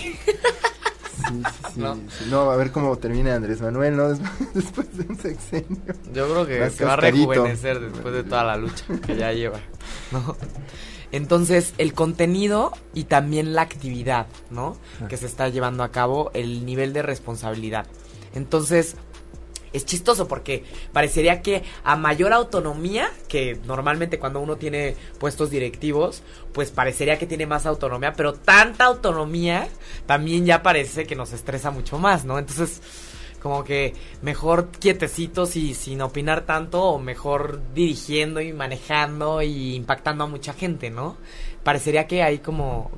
Sí. No, a ver cómo termina Andrés Manuel, ¿no? Después de un sexenio. Yo creo que se va a rejuvenecer después de toda la lucha que ya lleva, ¿no? Entonces, el contenido y también la actividad, ¿no? Que se está llevando a cabo, el nivel de responsabilidad. Entonces, es chistoso porque parecería que a mayor autonomía, que normalmente cuando uno tiene puestos directivos, pues parecería que tiene más autonomía, pero tanta autonomía también ya parece que nos estresa mucho más, ¿no? Entonces, como que mejor quietecitos y sin opinar tanto, o mejor dirigiendo y manejando y impactando a mucha gente, ¿no? Parecería que hay como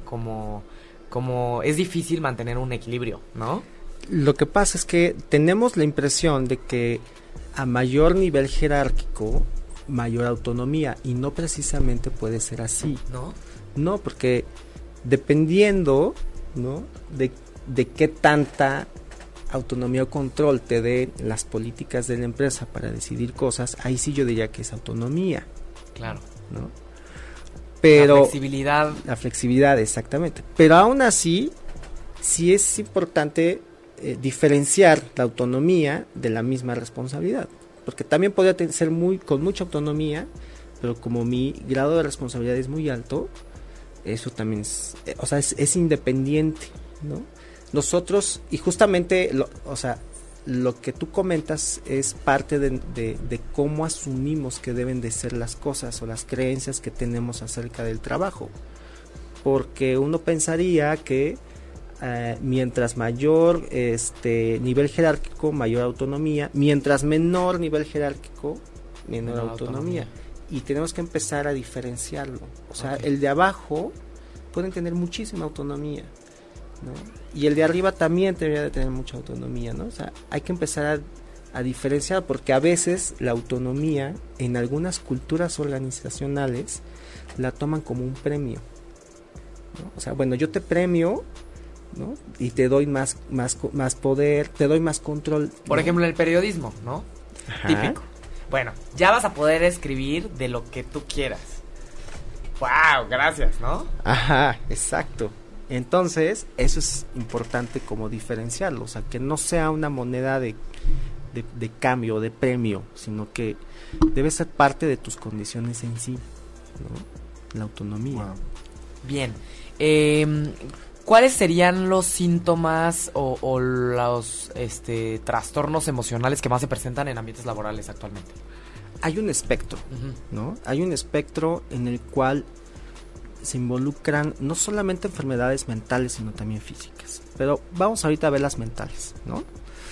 es difícil mantener un equilibrio, ¿no? Lo que pasa es que tenemos la impresión de que a mayor nivel jerárquico, mayor autonomía, y no precisamente puede ser así. No, porque dependiendo, ¿no?, de qué tanta autonomía o control te den las políticas de la empresa para decidir cosas, ahí sí yo diría que es autonomía. Claro. ¿No? Pero la flexibilidad, exactamente. Pero aún así, sí es importante diferenciar la autonomía de la misma responsabilidad, porque también podría ser con mucha autonomía, pero como mi grado de responsabilidad es muy alto, eso también es independiente, ¿no? Nosotros, y justamente lo que tú comentas es parte de cómo asumimos que deben de ser las cosas, o las creencias que tenemos acerca del trabajo, porque uno pensaría que mientras mayor nivel jerárquico, mayor autonomía, mientras menor nivel jerárquico, menor autonomía. Y tenemos que empezar a diferenciarlo. O sea, el de abajo pueden tener muchísima autonomía, ¿no? Y el de arriba también debería de tener mucha autonomía, ¿no? O sea, hay que empezar a diferenciar, porque a veces la autonomía en algunas culturas organizacionales la toman como un premio, ¿no? O sea, bueno, yo te premio, ¿no?, y te doy más poder, te doy más control. Por ejemplo, en el periodismo, ¿no? Ajá. Típico. Bueno, ya vas a poder escribir de lo que tú quieras. ¡Wow! Gracias, ¿no? Ajá, exacto. Entonces, eso es importante como diferenciarlo, o sea, que no sea una moneda de cambio, de premio, sino que debe ser parte de tus condiciones en sí, ¿no? La autonomía. Wow. Bien. ¿Cuáles serían los síntomas o los trastornos emocionales que más se presentan en ambientes laborales actualmente? Hay un espectro, ¿no? Hay un espectro en el cual se involucran no solamente enfermedades mentales, sino también físicas. Pero vamos ahorita a ver las mentales, ¿no?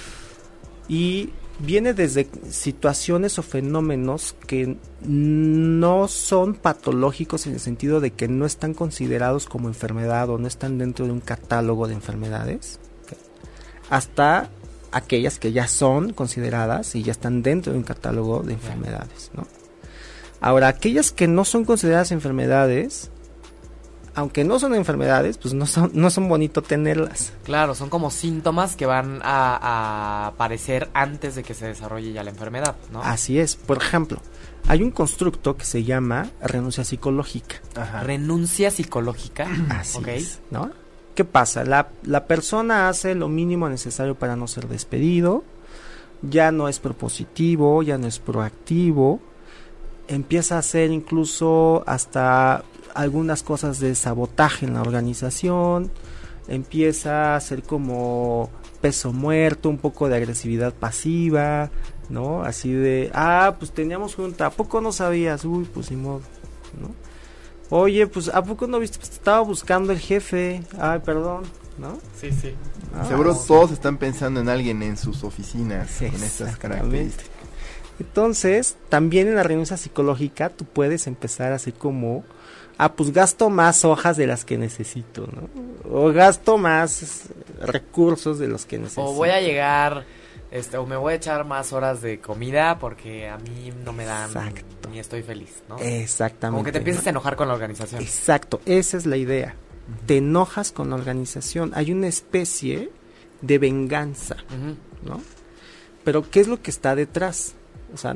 Y viene desde situaciones o fenómenos que no son patológicos en el sentido de que no están considerados como enfermedad o no están dentro de un catálogo de enfermedades, ¿okay? Hasta aquellas que ya son consideradas y ya están dentro de un catálogo de enfermedades, ¿no? Ahora, aquellas que no son consideradas enfermedades, aunque no son enfermedades, pues no son bonito tenerlas. Claro, son como síntomas que van a aparecer antes de que se desarrolle ya la enfermedad, ¿no? Así es. Por ejemplo, hay un constructo que se llama renuncia psicológica. Ajá. Renuncia psicológica. Así Ok. es, ¿no? ¿Qué pasa? La persona hace lo mínimo necesario para no ser despedido, ya no es propositivo, ya no es proactivo, empieza a hacer incluso hasta algunas cosas de sabotaje en la organización, empieza a hacer como peso muerto, un poco de agresividad pasiva, ¿no? Así de, pues teníamos junta, ¿a poco no sabías? Uy, pues ni modo, ¿no? Oye, pues ¿a poco no viste? Pues te estaba buscando el jefe, ay, perdón, ¿no? Sí, sí. Seguro Sí. todos están pensando en alguien en sus oficinas con estas Exactamente. características. Entonces, también en la renuncia psicológica tú puedes empezar a hacer como, pues gasto más hojas de las que necesito, ¿no? O gasto más recursos de los que necesito. O voy a llegar, o me voy a echar más horas de comida porque a mí no me dan, Exacto. ni estoy feliz, ¿no? Exactamente. Como que te empiezas a enojar con la organización. Exacto, esa es la idea. Te enojas con la organización. Hay una especie de venganza, Ujú. ¿no? Pero ¿qué es lo que está detrás? O sea,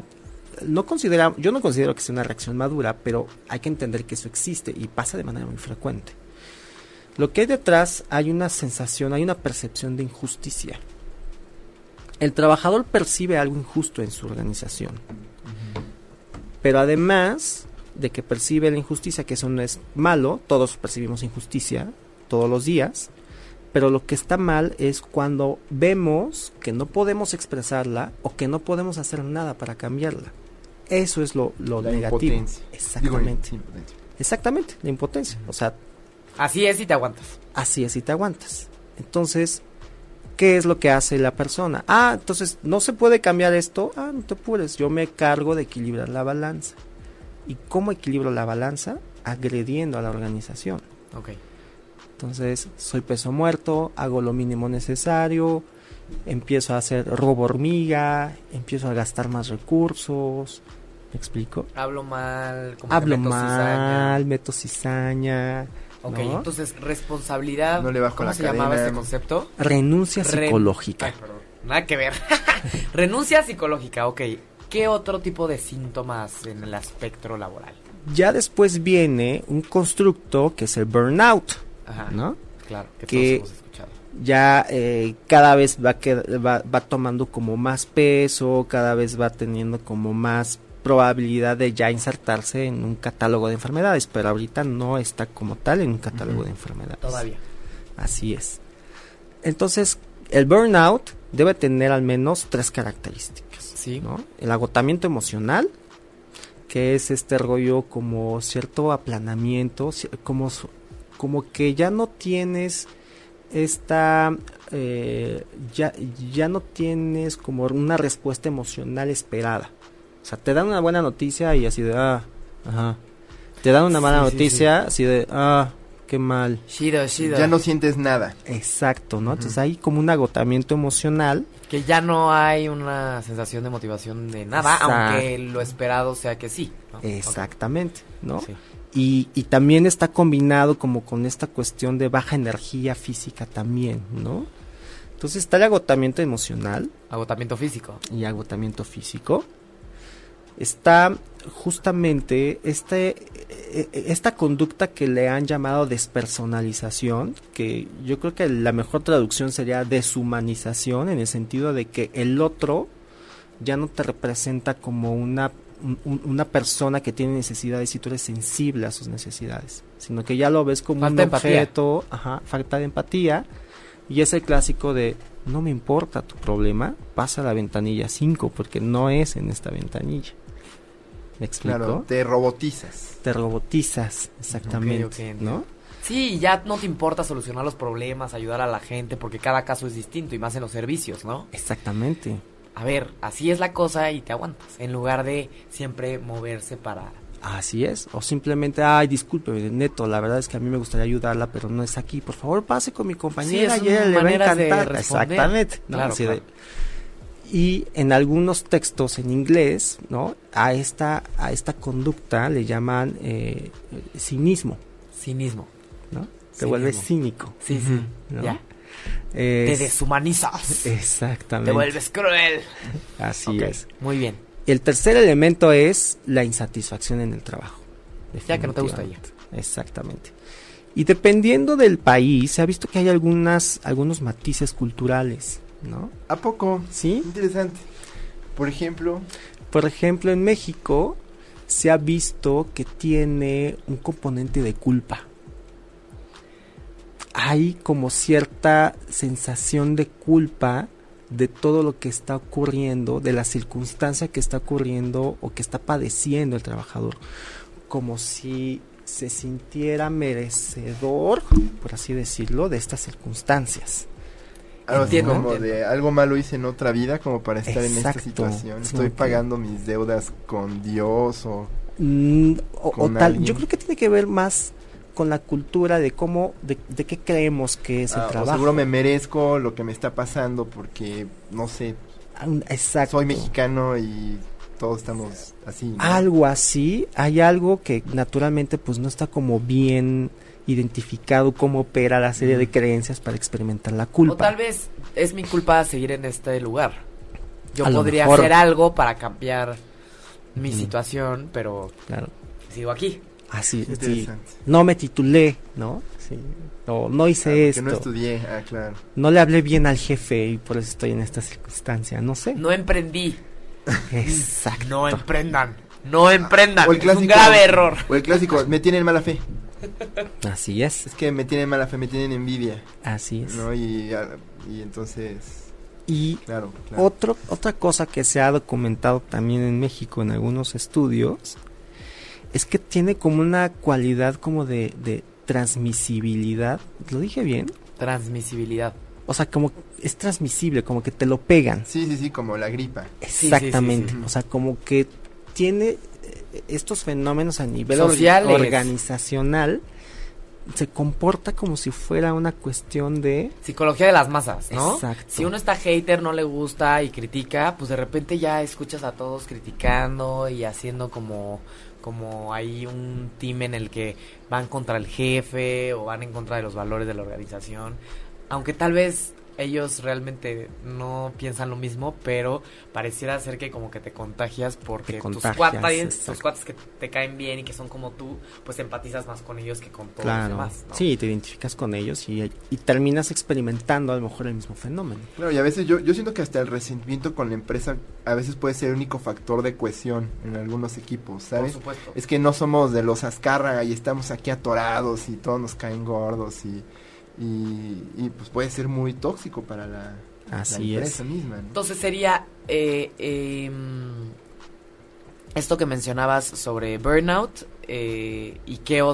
yo no considero que sea una reacción madura, pero hay que entender que eso existe y pasa de manera muy frecuente. Lo que hay detrás, hay una sensación, hay una percepción de injusticia. El trabajador percibe algo injusto en su organización. Pero además de que percibe la injusticia, que eso no es malo, todos percibimos injusticia todos los días, pero lo que está mal es cuando vemos que no podemos expresarla o que no podemos hacer nada para cambiarla. Eso es lo La negativo. impotencia. Exactamente. Digo, impotencia. Exactamente, la impotencia. O sea, Así es y te aguantas. así es y te aguantas. Entonces, ¿qué es lo que hace la persona? Entonces, ¿no se puede cambiar esto? No te apures, yo me cargo de equilibrar la balanza. ¿Y cómo equilibro la balanza? Agrediendo a la organización. Ok. Entonces, soy peso muerto, hago lo mínimo necesario, empiezo a hacer robo hormiga, empiezo a gastar más recursos. ¿Me explico? Hablo mal, como Hablo que meto cizaña. mal, meto cizaña. Ok, ¿no? entonces responsabilidad. No le bajo ¿Cómo la se llamaba cadena. este concepto? Renuncia Ay, psicológica. perdón. Nada que ver. Renuncia psicológica, ok. ¿Qué otro tipo de síntomas en el espectro laboral? Ya después viene un constructo que es el burnout, Ajá. ¿no? Claro, que Que- todos hemos escuchado. Ya cada vez va tomando como más peso, cada vez va teniendo como más probabilidad de ya insertarse en un catálogo de enfermedades, pero ahorita no está como tal en un catálogo de enfermedades. Todavía. Así es. Entonces, el burnout debe tener al menos 3 características, Sí. ¿no? El agotamiento emocional, que es este rollo como cierto aplanamiento, como que ya no tienes esta ya no tienes como una respuesta emocional esperada. O sea, te dan una buena noticia y así de ajá. Te dan una mala Sí, sí, noticia así de qué mal. Shido. Ya no sientes nada. Exacto, ¿no? Entonces hay como un agotamiento emocional. Que ya no hay una sensación de motivación de nada, Exacto. aunque lo esperado sea que sí, ¿no? Exactamente, ¿no? Ok. Sí. Y también está combinado como con esta cuestión de baja energía física también, ¿no? Entonces está el agotamiento emocional Agotamiento físico. y agotamiento físico. Está justamente esta conducta que le han llamado despersonalización, que yo creo que la mejor traducción sería deshumanización, en el sentido de que el otro ya no te representa como una persona que tiene necesidades y tú eres sensible a sus necesidades, sino que ya lo ves como falta un objeto, falta de empatía, y es el clásico de no me importa tu problema, pasa a la ventanilla 5 porque no es en esta ventanilla. ¿Me explico? Claro, te robotizas. Te robotizas, exactamente, Ok, ¿no? Sí, ya no te importa solucionar los problemas, ayudar a la gente, porque cada caso es distinto y más en los servicios, ¿no? Exactamente. A ver, así es la cosa y te aguantas, en lugar de siempre moverse para... Así es, o simplemente, ay, disculpe, Neto, la verdad es que a mí me gustaría ayudarla, pero no es aquí, por favor pase con mi compañera, Sí, y ella le va a maneras de encantar. responder. Exactamente, ¿no? Claro, Así claro. Y en algunos textos en inglés, ¿no? A esta conducta le llaman cinismo, Cinismo. ¿no? Te Cinismo. vuelves cínico. Sí, sí, ¿no? ya. Te deshumanizas. Exactamente. Te vuelves cruel. Así Ok, es. muy bien. El tercer elemento es la insatisfacción en el trabajo. Ya que no te gusta ya. Exactamente. Y dependiendo del país, se ha visto que hay algunos matices culturales, ¿no? ¿A poco? Sí. Interesante. Por ejemplo, En México se ha visto que tiene un componente de culpa. Hay como cierta sensación de culpa de todo lo que está ocurriendo, de la circunstancia que está ocurriendo o que está padeciendo el trabajador, como si se sintiera merecedor, por así decirlo, de estas circunstancias. algo así Entiendo, como entiendo. de algo malo hice en otra vida como para estar en esta Exacto. situación. Sí, Estoy ok. pagando mis deudas con Dios o... O Con tal, alguien. yo creo que tiene que ver más con la cultura de cómo, de qué creemos que es el o trabajo. seguro me merezco lo que me está pasando porque, no sé, Exacto. soy mexicano y todos estamos así, ¿no? Algo así, hay algo que naturalmente pues no está como bien identificado cómo opera la serie de creencias para experimentar la culpa. O tal vez es mi culpa seguir en este lugar. Yo A lo podría mejor. hacer algo para cambiar mi situación, pero Claro, sigo aquí. así, sí. Interesante. No me titulé, ¿no? Sí. No hice Porque esto. no estudié, claro. No le hablé bien al jefe y por eso estoy en esta circunstancia, no sé. No emprendí. Exacto. No emprendan. No emprendan. O el Es un clásico, grave error. O el clásico, me tienen mala fe. Así es, Es que me tienen mala fe, me tienen envidia, así es. ¿no? Y entonces, Y claro. otra cosa que se ha documentado también en México en algunos estudios es que tiene como una cualidad como de transmisibilidad. ¿Lo dije bien? Transmisibilidad. O sea, como es transmisible, como que te lo pegan. Sí, como la gripa. Exactamente. sí, sí. O sea, como que tiene estos fenómenos a nivel Sociales. organizacional, se comporta como si fuera una cuestión de... Psicología de las masas, ¿no? Exacto. Si uno está hater, no le gusta y critica, pues de repente ya escuchas a todos criticando y haciendo como hay un team en el que van contra el jefe o van en contra de los valores de la organización. Aunque tal vez ellos realmente no piensan lo mismo, pero pareciera ser que como que te contagias porque Te tus contagias, cuates que te caen bien y que son como tú, pues empatizas más con ellos que con todos los Claro, demás, ¿no? sí, te identificas con ellos y terminas experimentando a lo mejor el mismo fenómeno. Claro, y a veces yo siento que hasta el resentimiento con la empresa a veces puede ser el único factor de cohesión en algunos equipos, ¿sabes? Por supuesto. Es que no somos de los Azcárraga y estamos aquí atorados y todos nos caen gordos y pues puede ser muy tóxico para la Así empresa es. misma, ¿no? Entonces sería esto que mencionabas sobre burnout y qué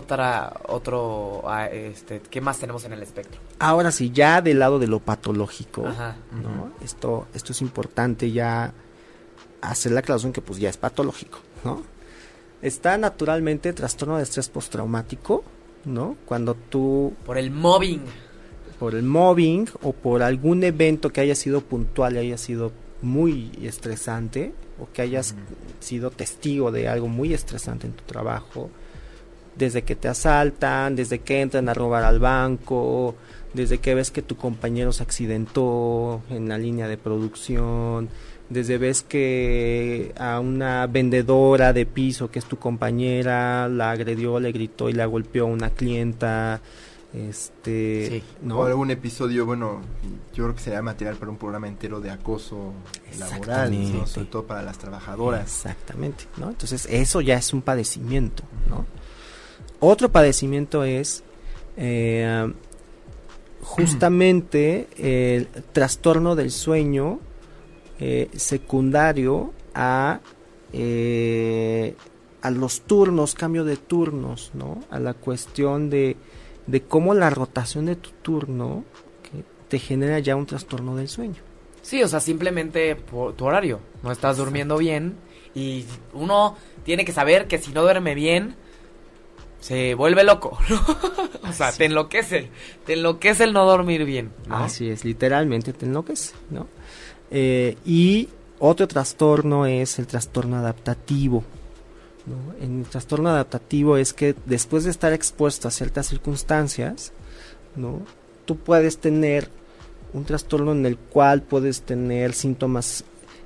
qué más tenemos en el espectro. Ahora sí, ya del lado de lo patológico, Ajá. ¿no? Esto es importante ya hacer la aclaración que pues ya es patológico, ¿no? Está naturalmente trastorno de estrés postraumático, ¿no? Cuando tú, Por el mobbing. por el mobbing o por algún evento que haya sido puntual y haya sido muy estresante, o que hayas sido testigo de algo muy estresante en tu trabajo, desde que te asaltan, desde que entran a robar al banco, desde que ves que tu compañero se accidentó en la línea de producción, desde ves que a una vendedora de piso que es tu compañera la agredió, le gritó y la golpeó a una clienta, Sí. ¿no? O algún episodio, bueno, yo creo que sería material para un programa entero de acoso laboral, ¿no? Exactamente. Sobre todo para las trabajadoras. Exactamente, ¿no? Entonces eso ya es un padecimiento, ¿no? Otro padecimiento es justamente el trastorno del sueño secundario a los turnos, cambio de turnos, ¿no? A la cuestión de cómo la rotación de tu turno te genera ya un trastorno del sueño. Sí, o sea, simplemente por tu horario. No estás durmiendo bien y uno tiene que saber que si no duerme bien, se vuelve loco, ¿no? O sea, te enloquece el no dormir bien, ¿no? Así es, literalmente te enloquece, ¿no? Y otro trastorno es el trastorno adaptativo, ¿no? En el trastorno adaptativo es que después de estar expuesto a ciertas circunstancias, ¿no? Tú puedes tener un trastorno en el cual puedes tener síntomas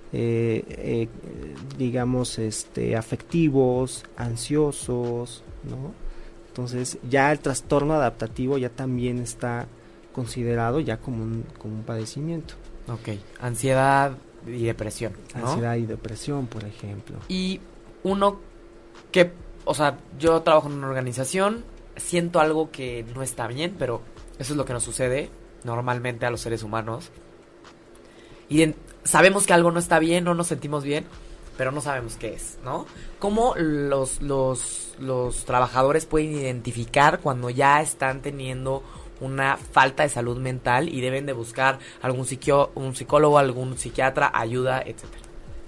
digamos afectivos, ansiosos, ¿no? Entonces ya el trastorno adaptativo ya también está considerado ya como un padecimiento. Ok, ansiedad y depresión, ¿no? Ansiedad y depresión, por ejemplo. Y uno que, o sea, yo trabajo en una organización, siento algo que no está bien, pero eso es lo que nos sucede normalmente a los seres humanos. Y sabemos que algo no está bien, no nos sentimos bien, pero no sabemos qué es, ¿no? ¿Cómo los trabajadores pueden identificar cuando ya están teniendo una falta de salud mental y deben de buscar un psicólogo, algún psiquiatra, ayuda, etcétera?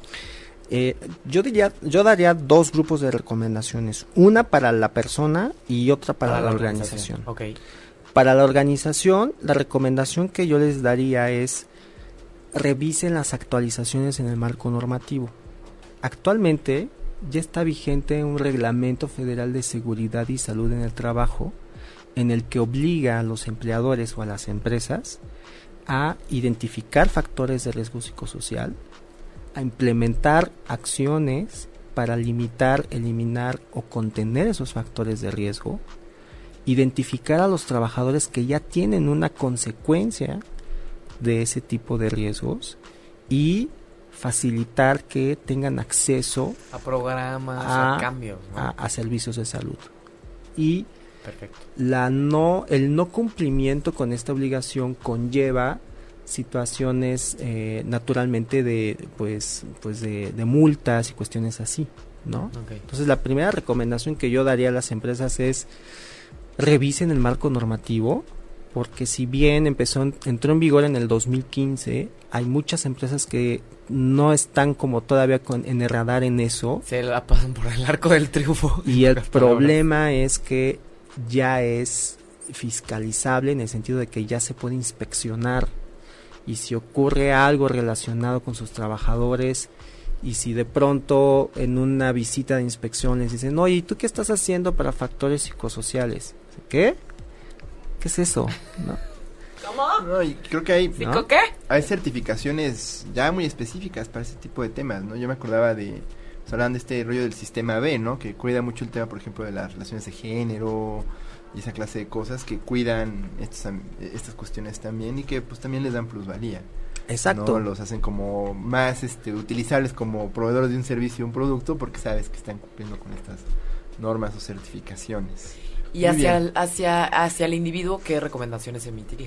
Yo daría dos grupos de recomendaciones, una para la persona y otra para la organización. Okay. Para la organización, la recomendación que yo les daría es revisen las actualizaciones en el marco normativo. Actualmente ya está vigente un reglamento federal de seguridad y salud en el trabajo en el que obliga a los empleadores o a las empresas a identificar factores de riesgo psicosocial, a implementar acciones para limitar, eliminar o contener esos factores de riesgo, identificar a los trabajadores que ya tienen una consecuencia de ese tipo de riesgos y facilitar que tengan acceso a programas, a cambios, ¿no? a servicios de salud. Y perfecto. El no cumplimiento con esta obligación conlleva situaciones naturalmente de multas y cuestiones así, ¿no? Okay. Entonces la primera recomendación que yo daría a las empresas es revisen el marco normativo, porque si bien entró en vigor en el 2015, hay muchas empresas que no están como todavía en el radar en eso. Se la pasan por el arco del triunfo. Y el problema es que ya es fiscalizable en el sentido de que ya se puede inspeccionar. Y si ocurre algo relacionado con sus trabajadores, y si de pronto en una visita de inspección les dicen, oye, ¿y tú qué estás haciendo para factores psicosociales? ¿Qué? ¿Qué es eso? ¿No? ¿Cómo? No, y creo que hay, ¿Psico qué? Hay certificaciones ya muy específicas para ese tipo de temas, ¿no? Yo me acordaba hablaban de este rollo del sistema B, ¿no? Que cuida mucho el tema, por ejemplo, de las relaciones de género y esa clase de cosas que cuidan estas cuestiones también y que pues también les dan plusvalía. Exacto. ¿No? Los hacen como más utilizables como proveedores de un servicio o un producto porque sabes que están cumpliendo con estas normas o certificaciones. Y hacia el individuo, ¿qué recomendaciones emitirías?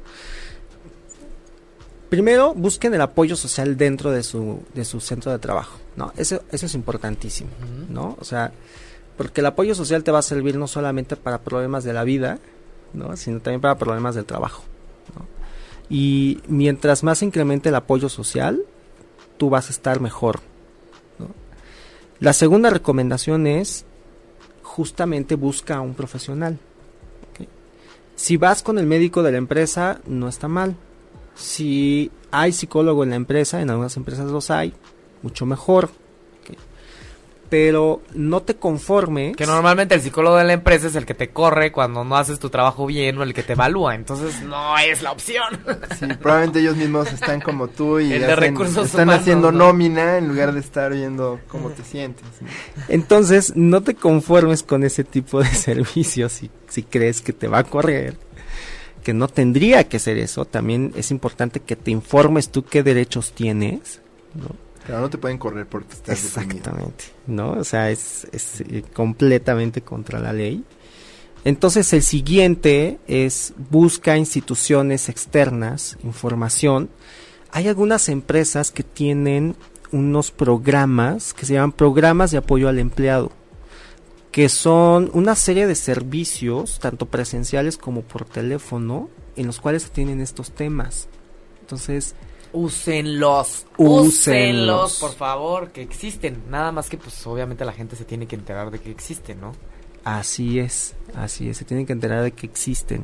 Primero, busquen el apoyo social dentro de su centro de trabajo, ¿no? Eso es importantísimo, ¿no? O sea, porque el apoyo social te va a servir no solamente para problemas de la vida, ¿no? Sino también para problemas del trabajo, ¿no? Y mientras más incremente el apoyo social, tú vas a estar mejor, ¿no? La segunda recomendación es justamente busca a un profesional. ¿Okay? Si vas con el médico de la empresa, no está mal. Si hay psicólogo en la empresa, en algunas empresas los hay, mucho mejor. ¿Okay? pero no te conformes. Que normalmente el psicólogo de la empresa es el que te corre cuando no haces tu trabajo bien o el que te evalúa, entonces no es la opción. Sí, probablemente ellos mismos están como tú y el de recursos están humanos, haciendo ¿no? nómina en lugar de estar viendo cómo te sientes. Entonces, no te conformes con ese tipo de servicios si crees que te va a correr, que no tendría que ser eso. También es importante que te informes tú qué derechos tienes, ¿no? Claro, no te pueden correr porque estás deprimido. Exactamente, ¿no? O sea, es completamente contra la ley. Entonces, el siguiente es busca instituciones externas, información. Hay algunas empresas que tienen unos programas que se llaman programas de apoyo al empleado, que son una serie de servicios, tanto presenciales como por teléfono, en los cuales se tienen estos temas. Entonces, úsenlos, por favor, que existen. Nada más que pues obviamente la gente se tiene que enterar de que existen, ¿no? Así es, se tienen que enterar de que existen.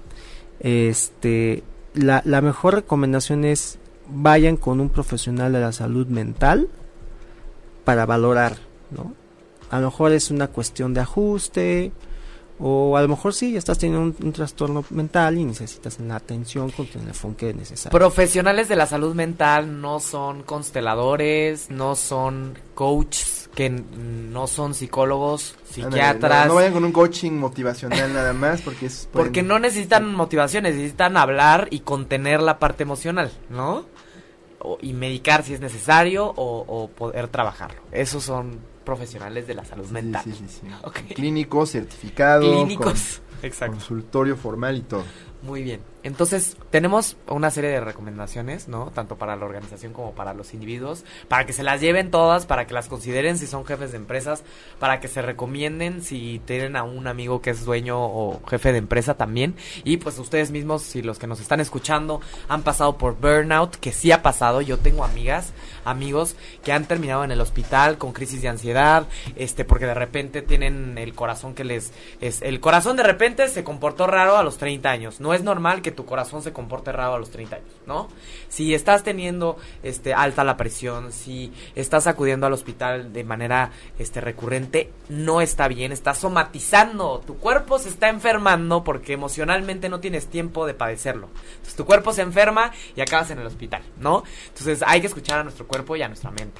La mejor recomendación es vayan con un profesional de la salud mental para valorar, ¿no? A lo mejor es una cuestión de ajuste, o a lo mejor sí, estás teniendo un trastorno mental y necesitas la atención con el enfoque necesario. Profesionales de la salud mental no son consteladores, no son coaches, que no son psicólogos, psiquiatras. No vayan con un coaching motivacional nada más, porque no necesitan motivación, necesitan hablar y contener la parte emocional, ¿no? Y medicar si es necesario o poder trabajarlo. Esos son profesionales de la salud mental. Sí. Okay. Clínicos, certificados. Clínicos, exacto. Consultorio formal y todo. Muy bien. Entonces, tenemos una serie de recomendaciones, ¿no? Tanto para la organización como para los individuos, para que se las lleven todas, para que las consideren si son jefes de empresas, para que se recomienden si tienen a un amigo que es dueño o jefe de empresa también. Y pues ustedes mismos, si los que nos están escuchando han pasado por burnout, que sí ha pasado. Yo tengo amigos que han terminado en el hospital con crisis de ansiedad, porque de repente tienen el corazón el corazón de repente se comportó raro a los 30 años. No es normal que tu corazón se comporte raro a los 30 años, ¿no? Si estás teniendo alta la presión, si estás acudiendo al hospital de manera recurrente, no está bien, estás somatizando, tu cuerpo se está enfermando porque emocionalmente no tienes tiempo de padecerlo. Entonces tu cuerpo se enferma y acabas en el hospital, ¿no? Entonces hay que escuchar a nuestro cuerpo y a nuestra mente.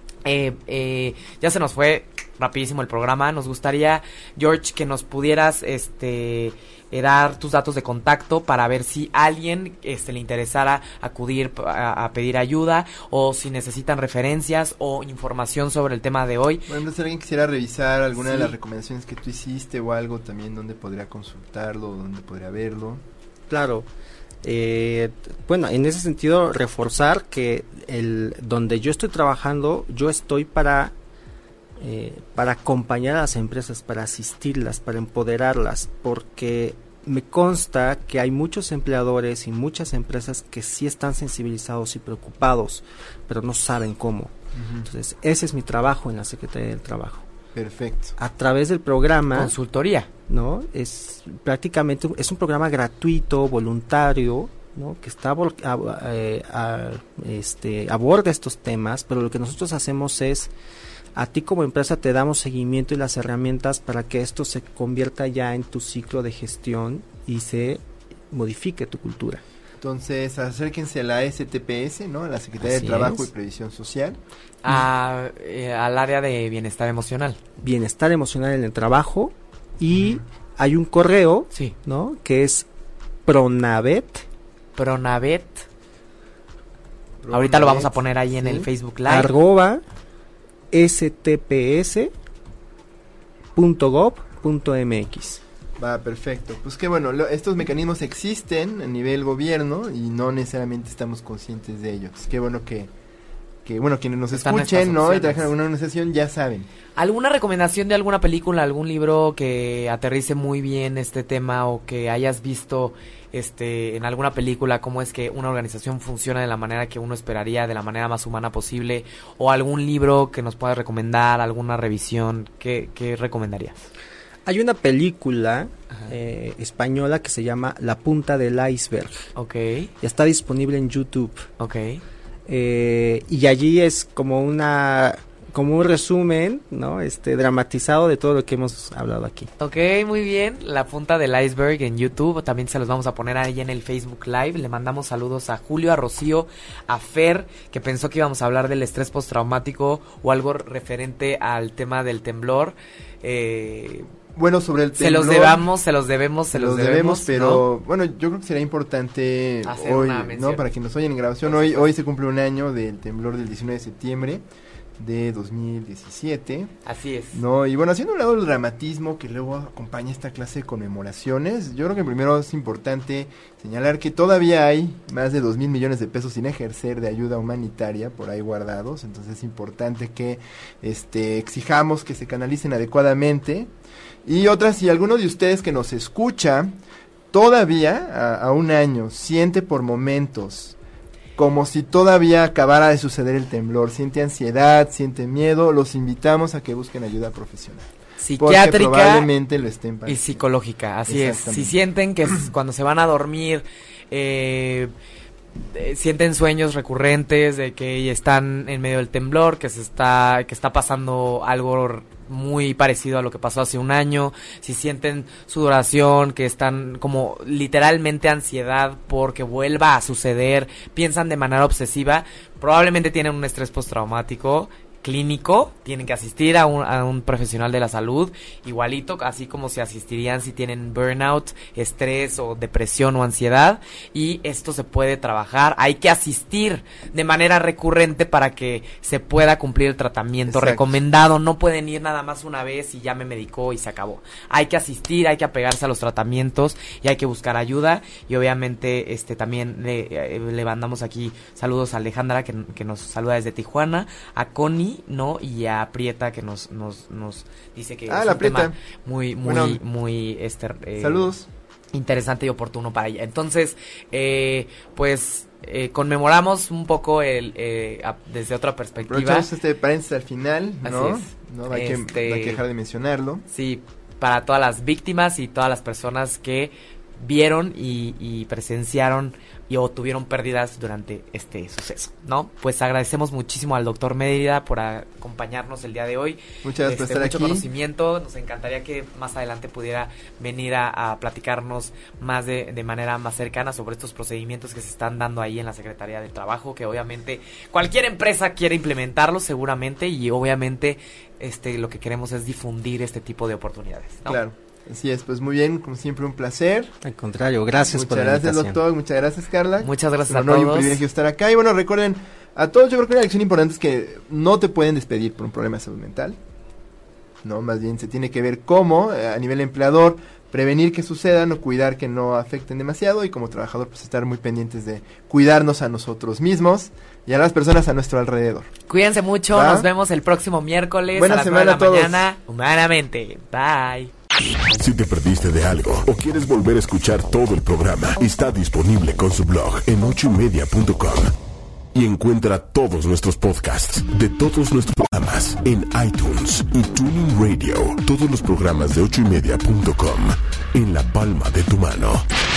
Ya se nos fue rapidísimo el programa. Nos gustaría, George, que nos pudieras dar tus datos de contacto para ver si a alguien le interesara acudir a pedir ayuda, o si necesitan referencias o información sobre el tema de hoy. Bueno, si alguien quisiera revisar alguna de las recomendaciones que tú hiciste o algo, también dónde podría consultarlo, dónde podría verlo. Claro. Bueno, en ese sentido, reforzar que donde yo estoy trabajando, yo estoy para acompañar a las empresas, para asistirlas, para empoderarlas, porque me consta que hay muchos empleadores y muchas empresas que sí están sensibilizados y preocupados, pero no saben cómo. Uh-huh. Entonces, ese es mi trabajo en la Secretaría del Trabajo. Perfecto. A través del programa consultoría, ¿no? Es prácticamente un programa gratuito, voluntario, ¿no? Que está aborda estos temas, pero lo que nosotros hacemos es, a ti como empresa te damos seguimiento y las herramientas para que esto se convierta ya en tu ciclo de gestión y se modifique tu cultura. Entonces, acérquense a la STPS, ¿no? A la Secretaría de Trabajo y Previsión Social. Al área de bienestar emocional. Bienestar emocional en el trabajo. Y hay un correo, sí, ¿no? Que es Pronavet. Ahorita lo vamos a poner ahí en el Facebook Live. @stps.gov.mx. Va, perfecto. Pues que bueno, estos mecanismos existen a nivel gobierno y no necesariamente estamos conscientes de ellos. Qué bueno que quienes nos escuchen, ¿no? Y trabajan en alguna organización ya saben. ¿Alguna recomendación de alguna película, algún libro que aterrice muy bien este tema, o que hayas visto en alguna película, cómo es que una organización funciona de la manera que uno esperaría, de la manera más humana posible, o algún libro que nos puedas recomendar, alguna revisión? ¿Qué recomendarías? Hay una película española que se llama La punta del iceberg. Okay. Y está disponible en YouTube. Okay. Y allí es como una como un resumen, ¿no? Dramatizado de todo lo que hemos hablado aquí. Ok, muy bien. La punta del iceberg en YouTube. También se los vamos a poner ahí en el Facebook Live. Le mandamos saludos a Julio, a Rocío, a Fer, que pensó que íbamos a hablar del estrés postraumático o algo referente al tema del temblor. Bueno, sobre el temblor, se los debemos, pero ¿no? bueno, yo creo que sería importante hacer hoy, una mención, ¿no? Para quienes nos oyen en grabación, hoy se cumple un año del temblor del 19 de septiembre de 2017. Así es. No, y bueno, haciendo un lado el dramatismo que luego acompaña esta clase de conmemoraciones, yo creo que primero es importante señalar que todavía hay más de 2,000 millones de pesos sin ejercer de ayuda humanitaria por ahí guardados, entonces es importante que exijamos que se canalicen adecuadamente. Y otra, si alguno de ustedes que nos escucha todavía a un año siente por momentos como si todavía acabara de suceder el temblor, siente ansiedad, siente miedo, los invitamos a que busquen ayuda profesional. Psiquiátrica probablemente lo estén y psicológica, así es. Si sienten que cuando se van a dormir sienten sueños recurrentes de que están en medio del temblor, que está pasando algo muy parecido a lo que pasó hace un año, si sienten sudoración, que están como literalmente ansiedad porque vuelva a suceder, piensan de manera obsesiva, probablemente tienen un estrés postraumático clínico, tienen que asistir a un profesional de la salud, igualito, así como se asistirían si tienen burnout, estrés o depresión o ansiedad, y esto se puede trabajar, hay que asistir de manera recurrente para que se pueda cumplir el tratamiento recomendado, no pueden ir nada más una vez y ya me medicó y se acabó, hay que asistir, hay que apegarse a los tratamientos y hay que buscar ayuda, y obviamente también le mandamos aquí saludos a Alejandra que nos saluda desde Tijuana, a Connie, ¿no? Y a Prieta que nos dice que es un tema muy saludos, interesante y oportuno para ella. Entonces, conmemoramos un poco desde otra perspectiva. Aprovechamos paréntesis al final, ¿no? Así es. No hay que dejar de mencionarlo. Sí, para todas las víctimas y todas las personas que vieron y presenciaron o tuvieron pérdidas durante este suceso, ¿no? Pues agradecemos muchísimo al doctor Mérida por acompañarnos el día de hoy. Muchas gracias por estar mucho aquí. Conocimiento, nos encantaría que más adelante pudiera venir a platicarnos más de manera más cercana sobre estos procedimientos que se están dando ahí en la Secretaría del Trabajo, que obviamente cualquier empresa quiere implementarlos seguramente, y obviamente lo que queremos es difundir este tipo de oportunidades, ¿no? Claro. Así es, pues muy bien, como siempre un placer. Al contrario, gracias por la invitación. Muchas gracias, doctor, muchas gracias, Carla. Muchas gracias a todos. Un honor y un privilegio estar acá. Y bueno, recuerden, a todos yo creo que una lección importante es que no te pueden despedir por un problema de salud mental. No, más bien se tiene que ver cómo, a nivel empleador, prevenir que sucedan o cuidar que no afecten demasiado, y como trabajador pues estar muy pendientes de cuidarnos a nosotros mismos y a las personas a nuestro alrededor. Cuídense mucho, ¿va? Nos vemos el próximo miércoles Buena a las semana 9 de la a todos. mañana, humanamente. Bye. Si te perdiste de algo o quieres volver a escuchar todo el programa, está disponible con su blog en 8ymedia.com. Y encuentra todos nuestros podcasts de todos nuestros programas en iTunes y TuneIn Radio. Todos los programas de 8ymedia.com en la palma de tu mano.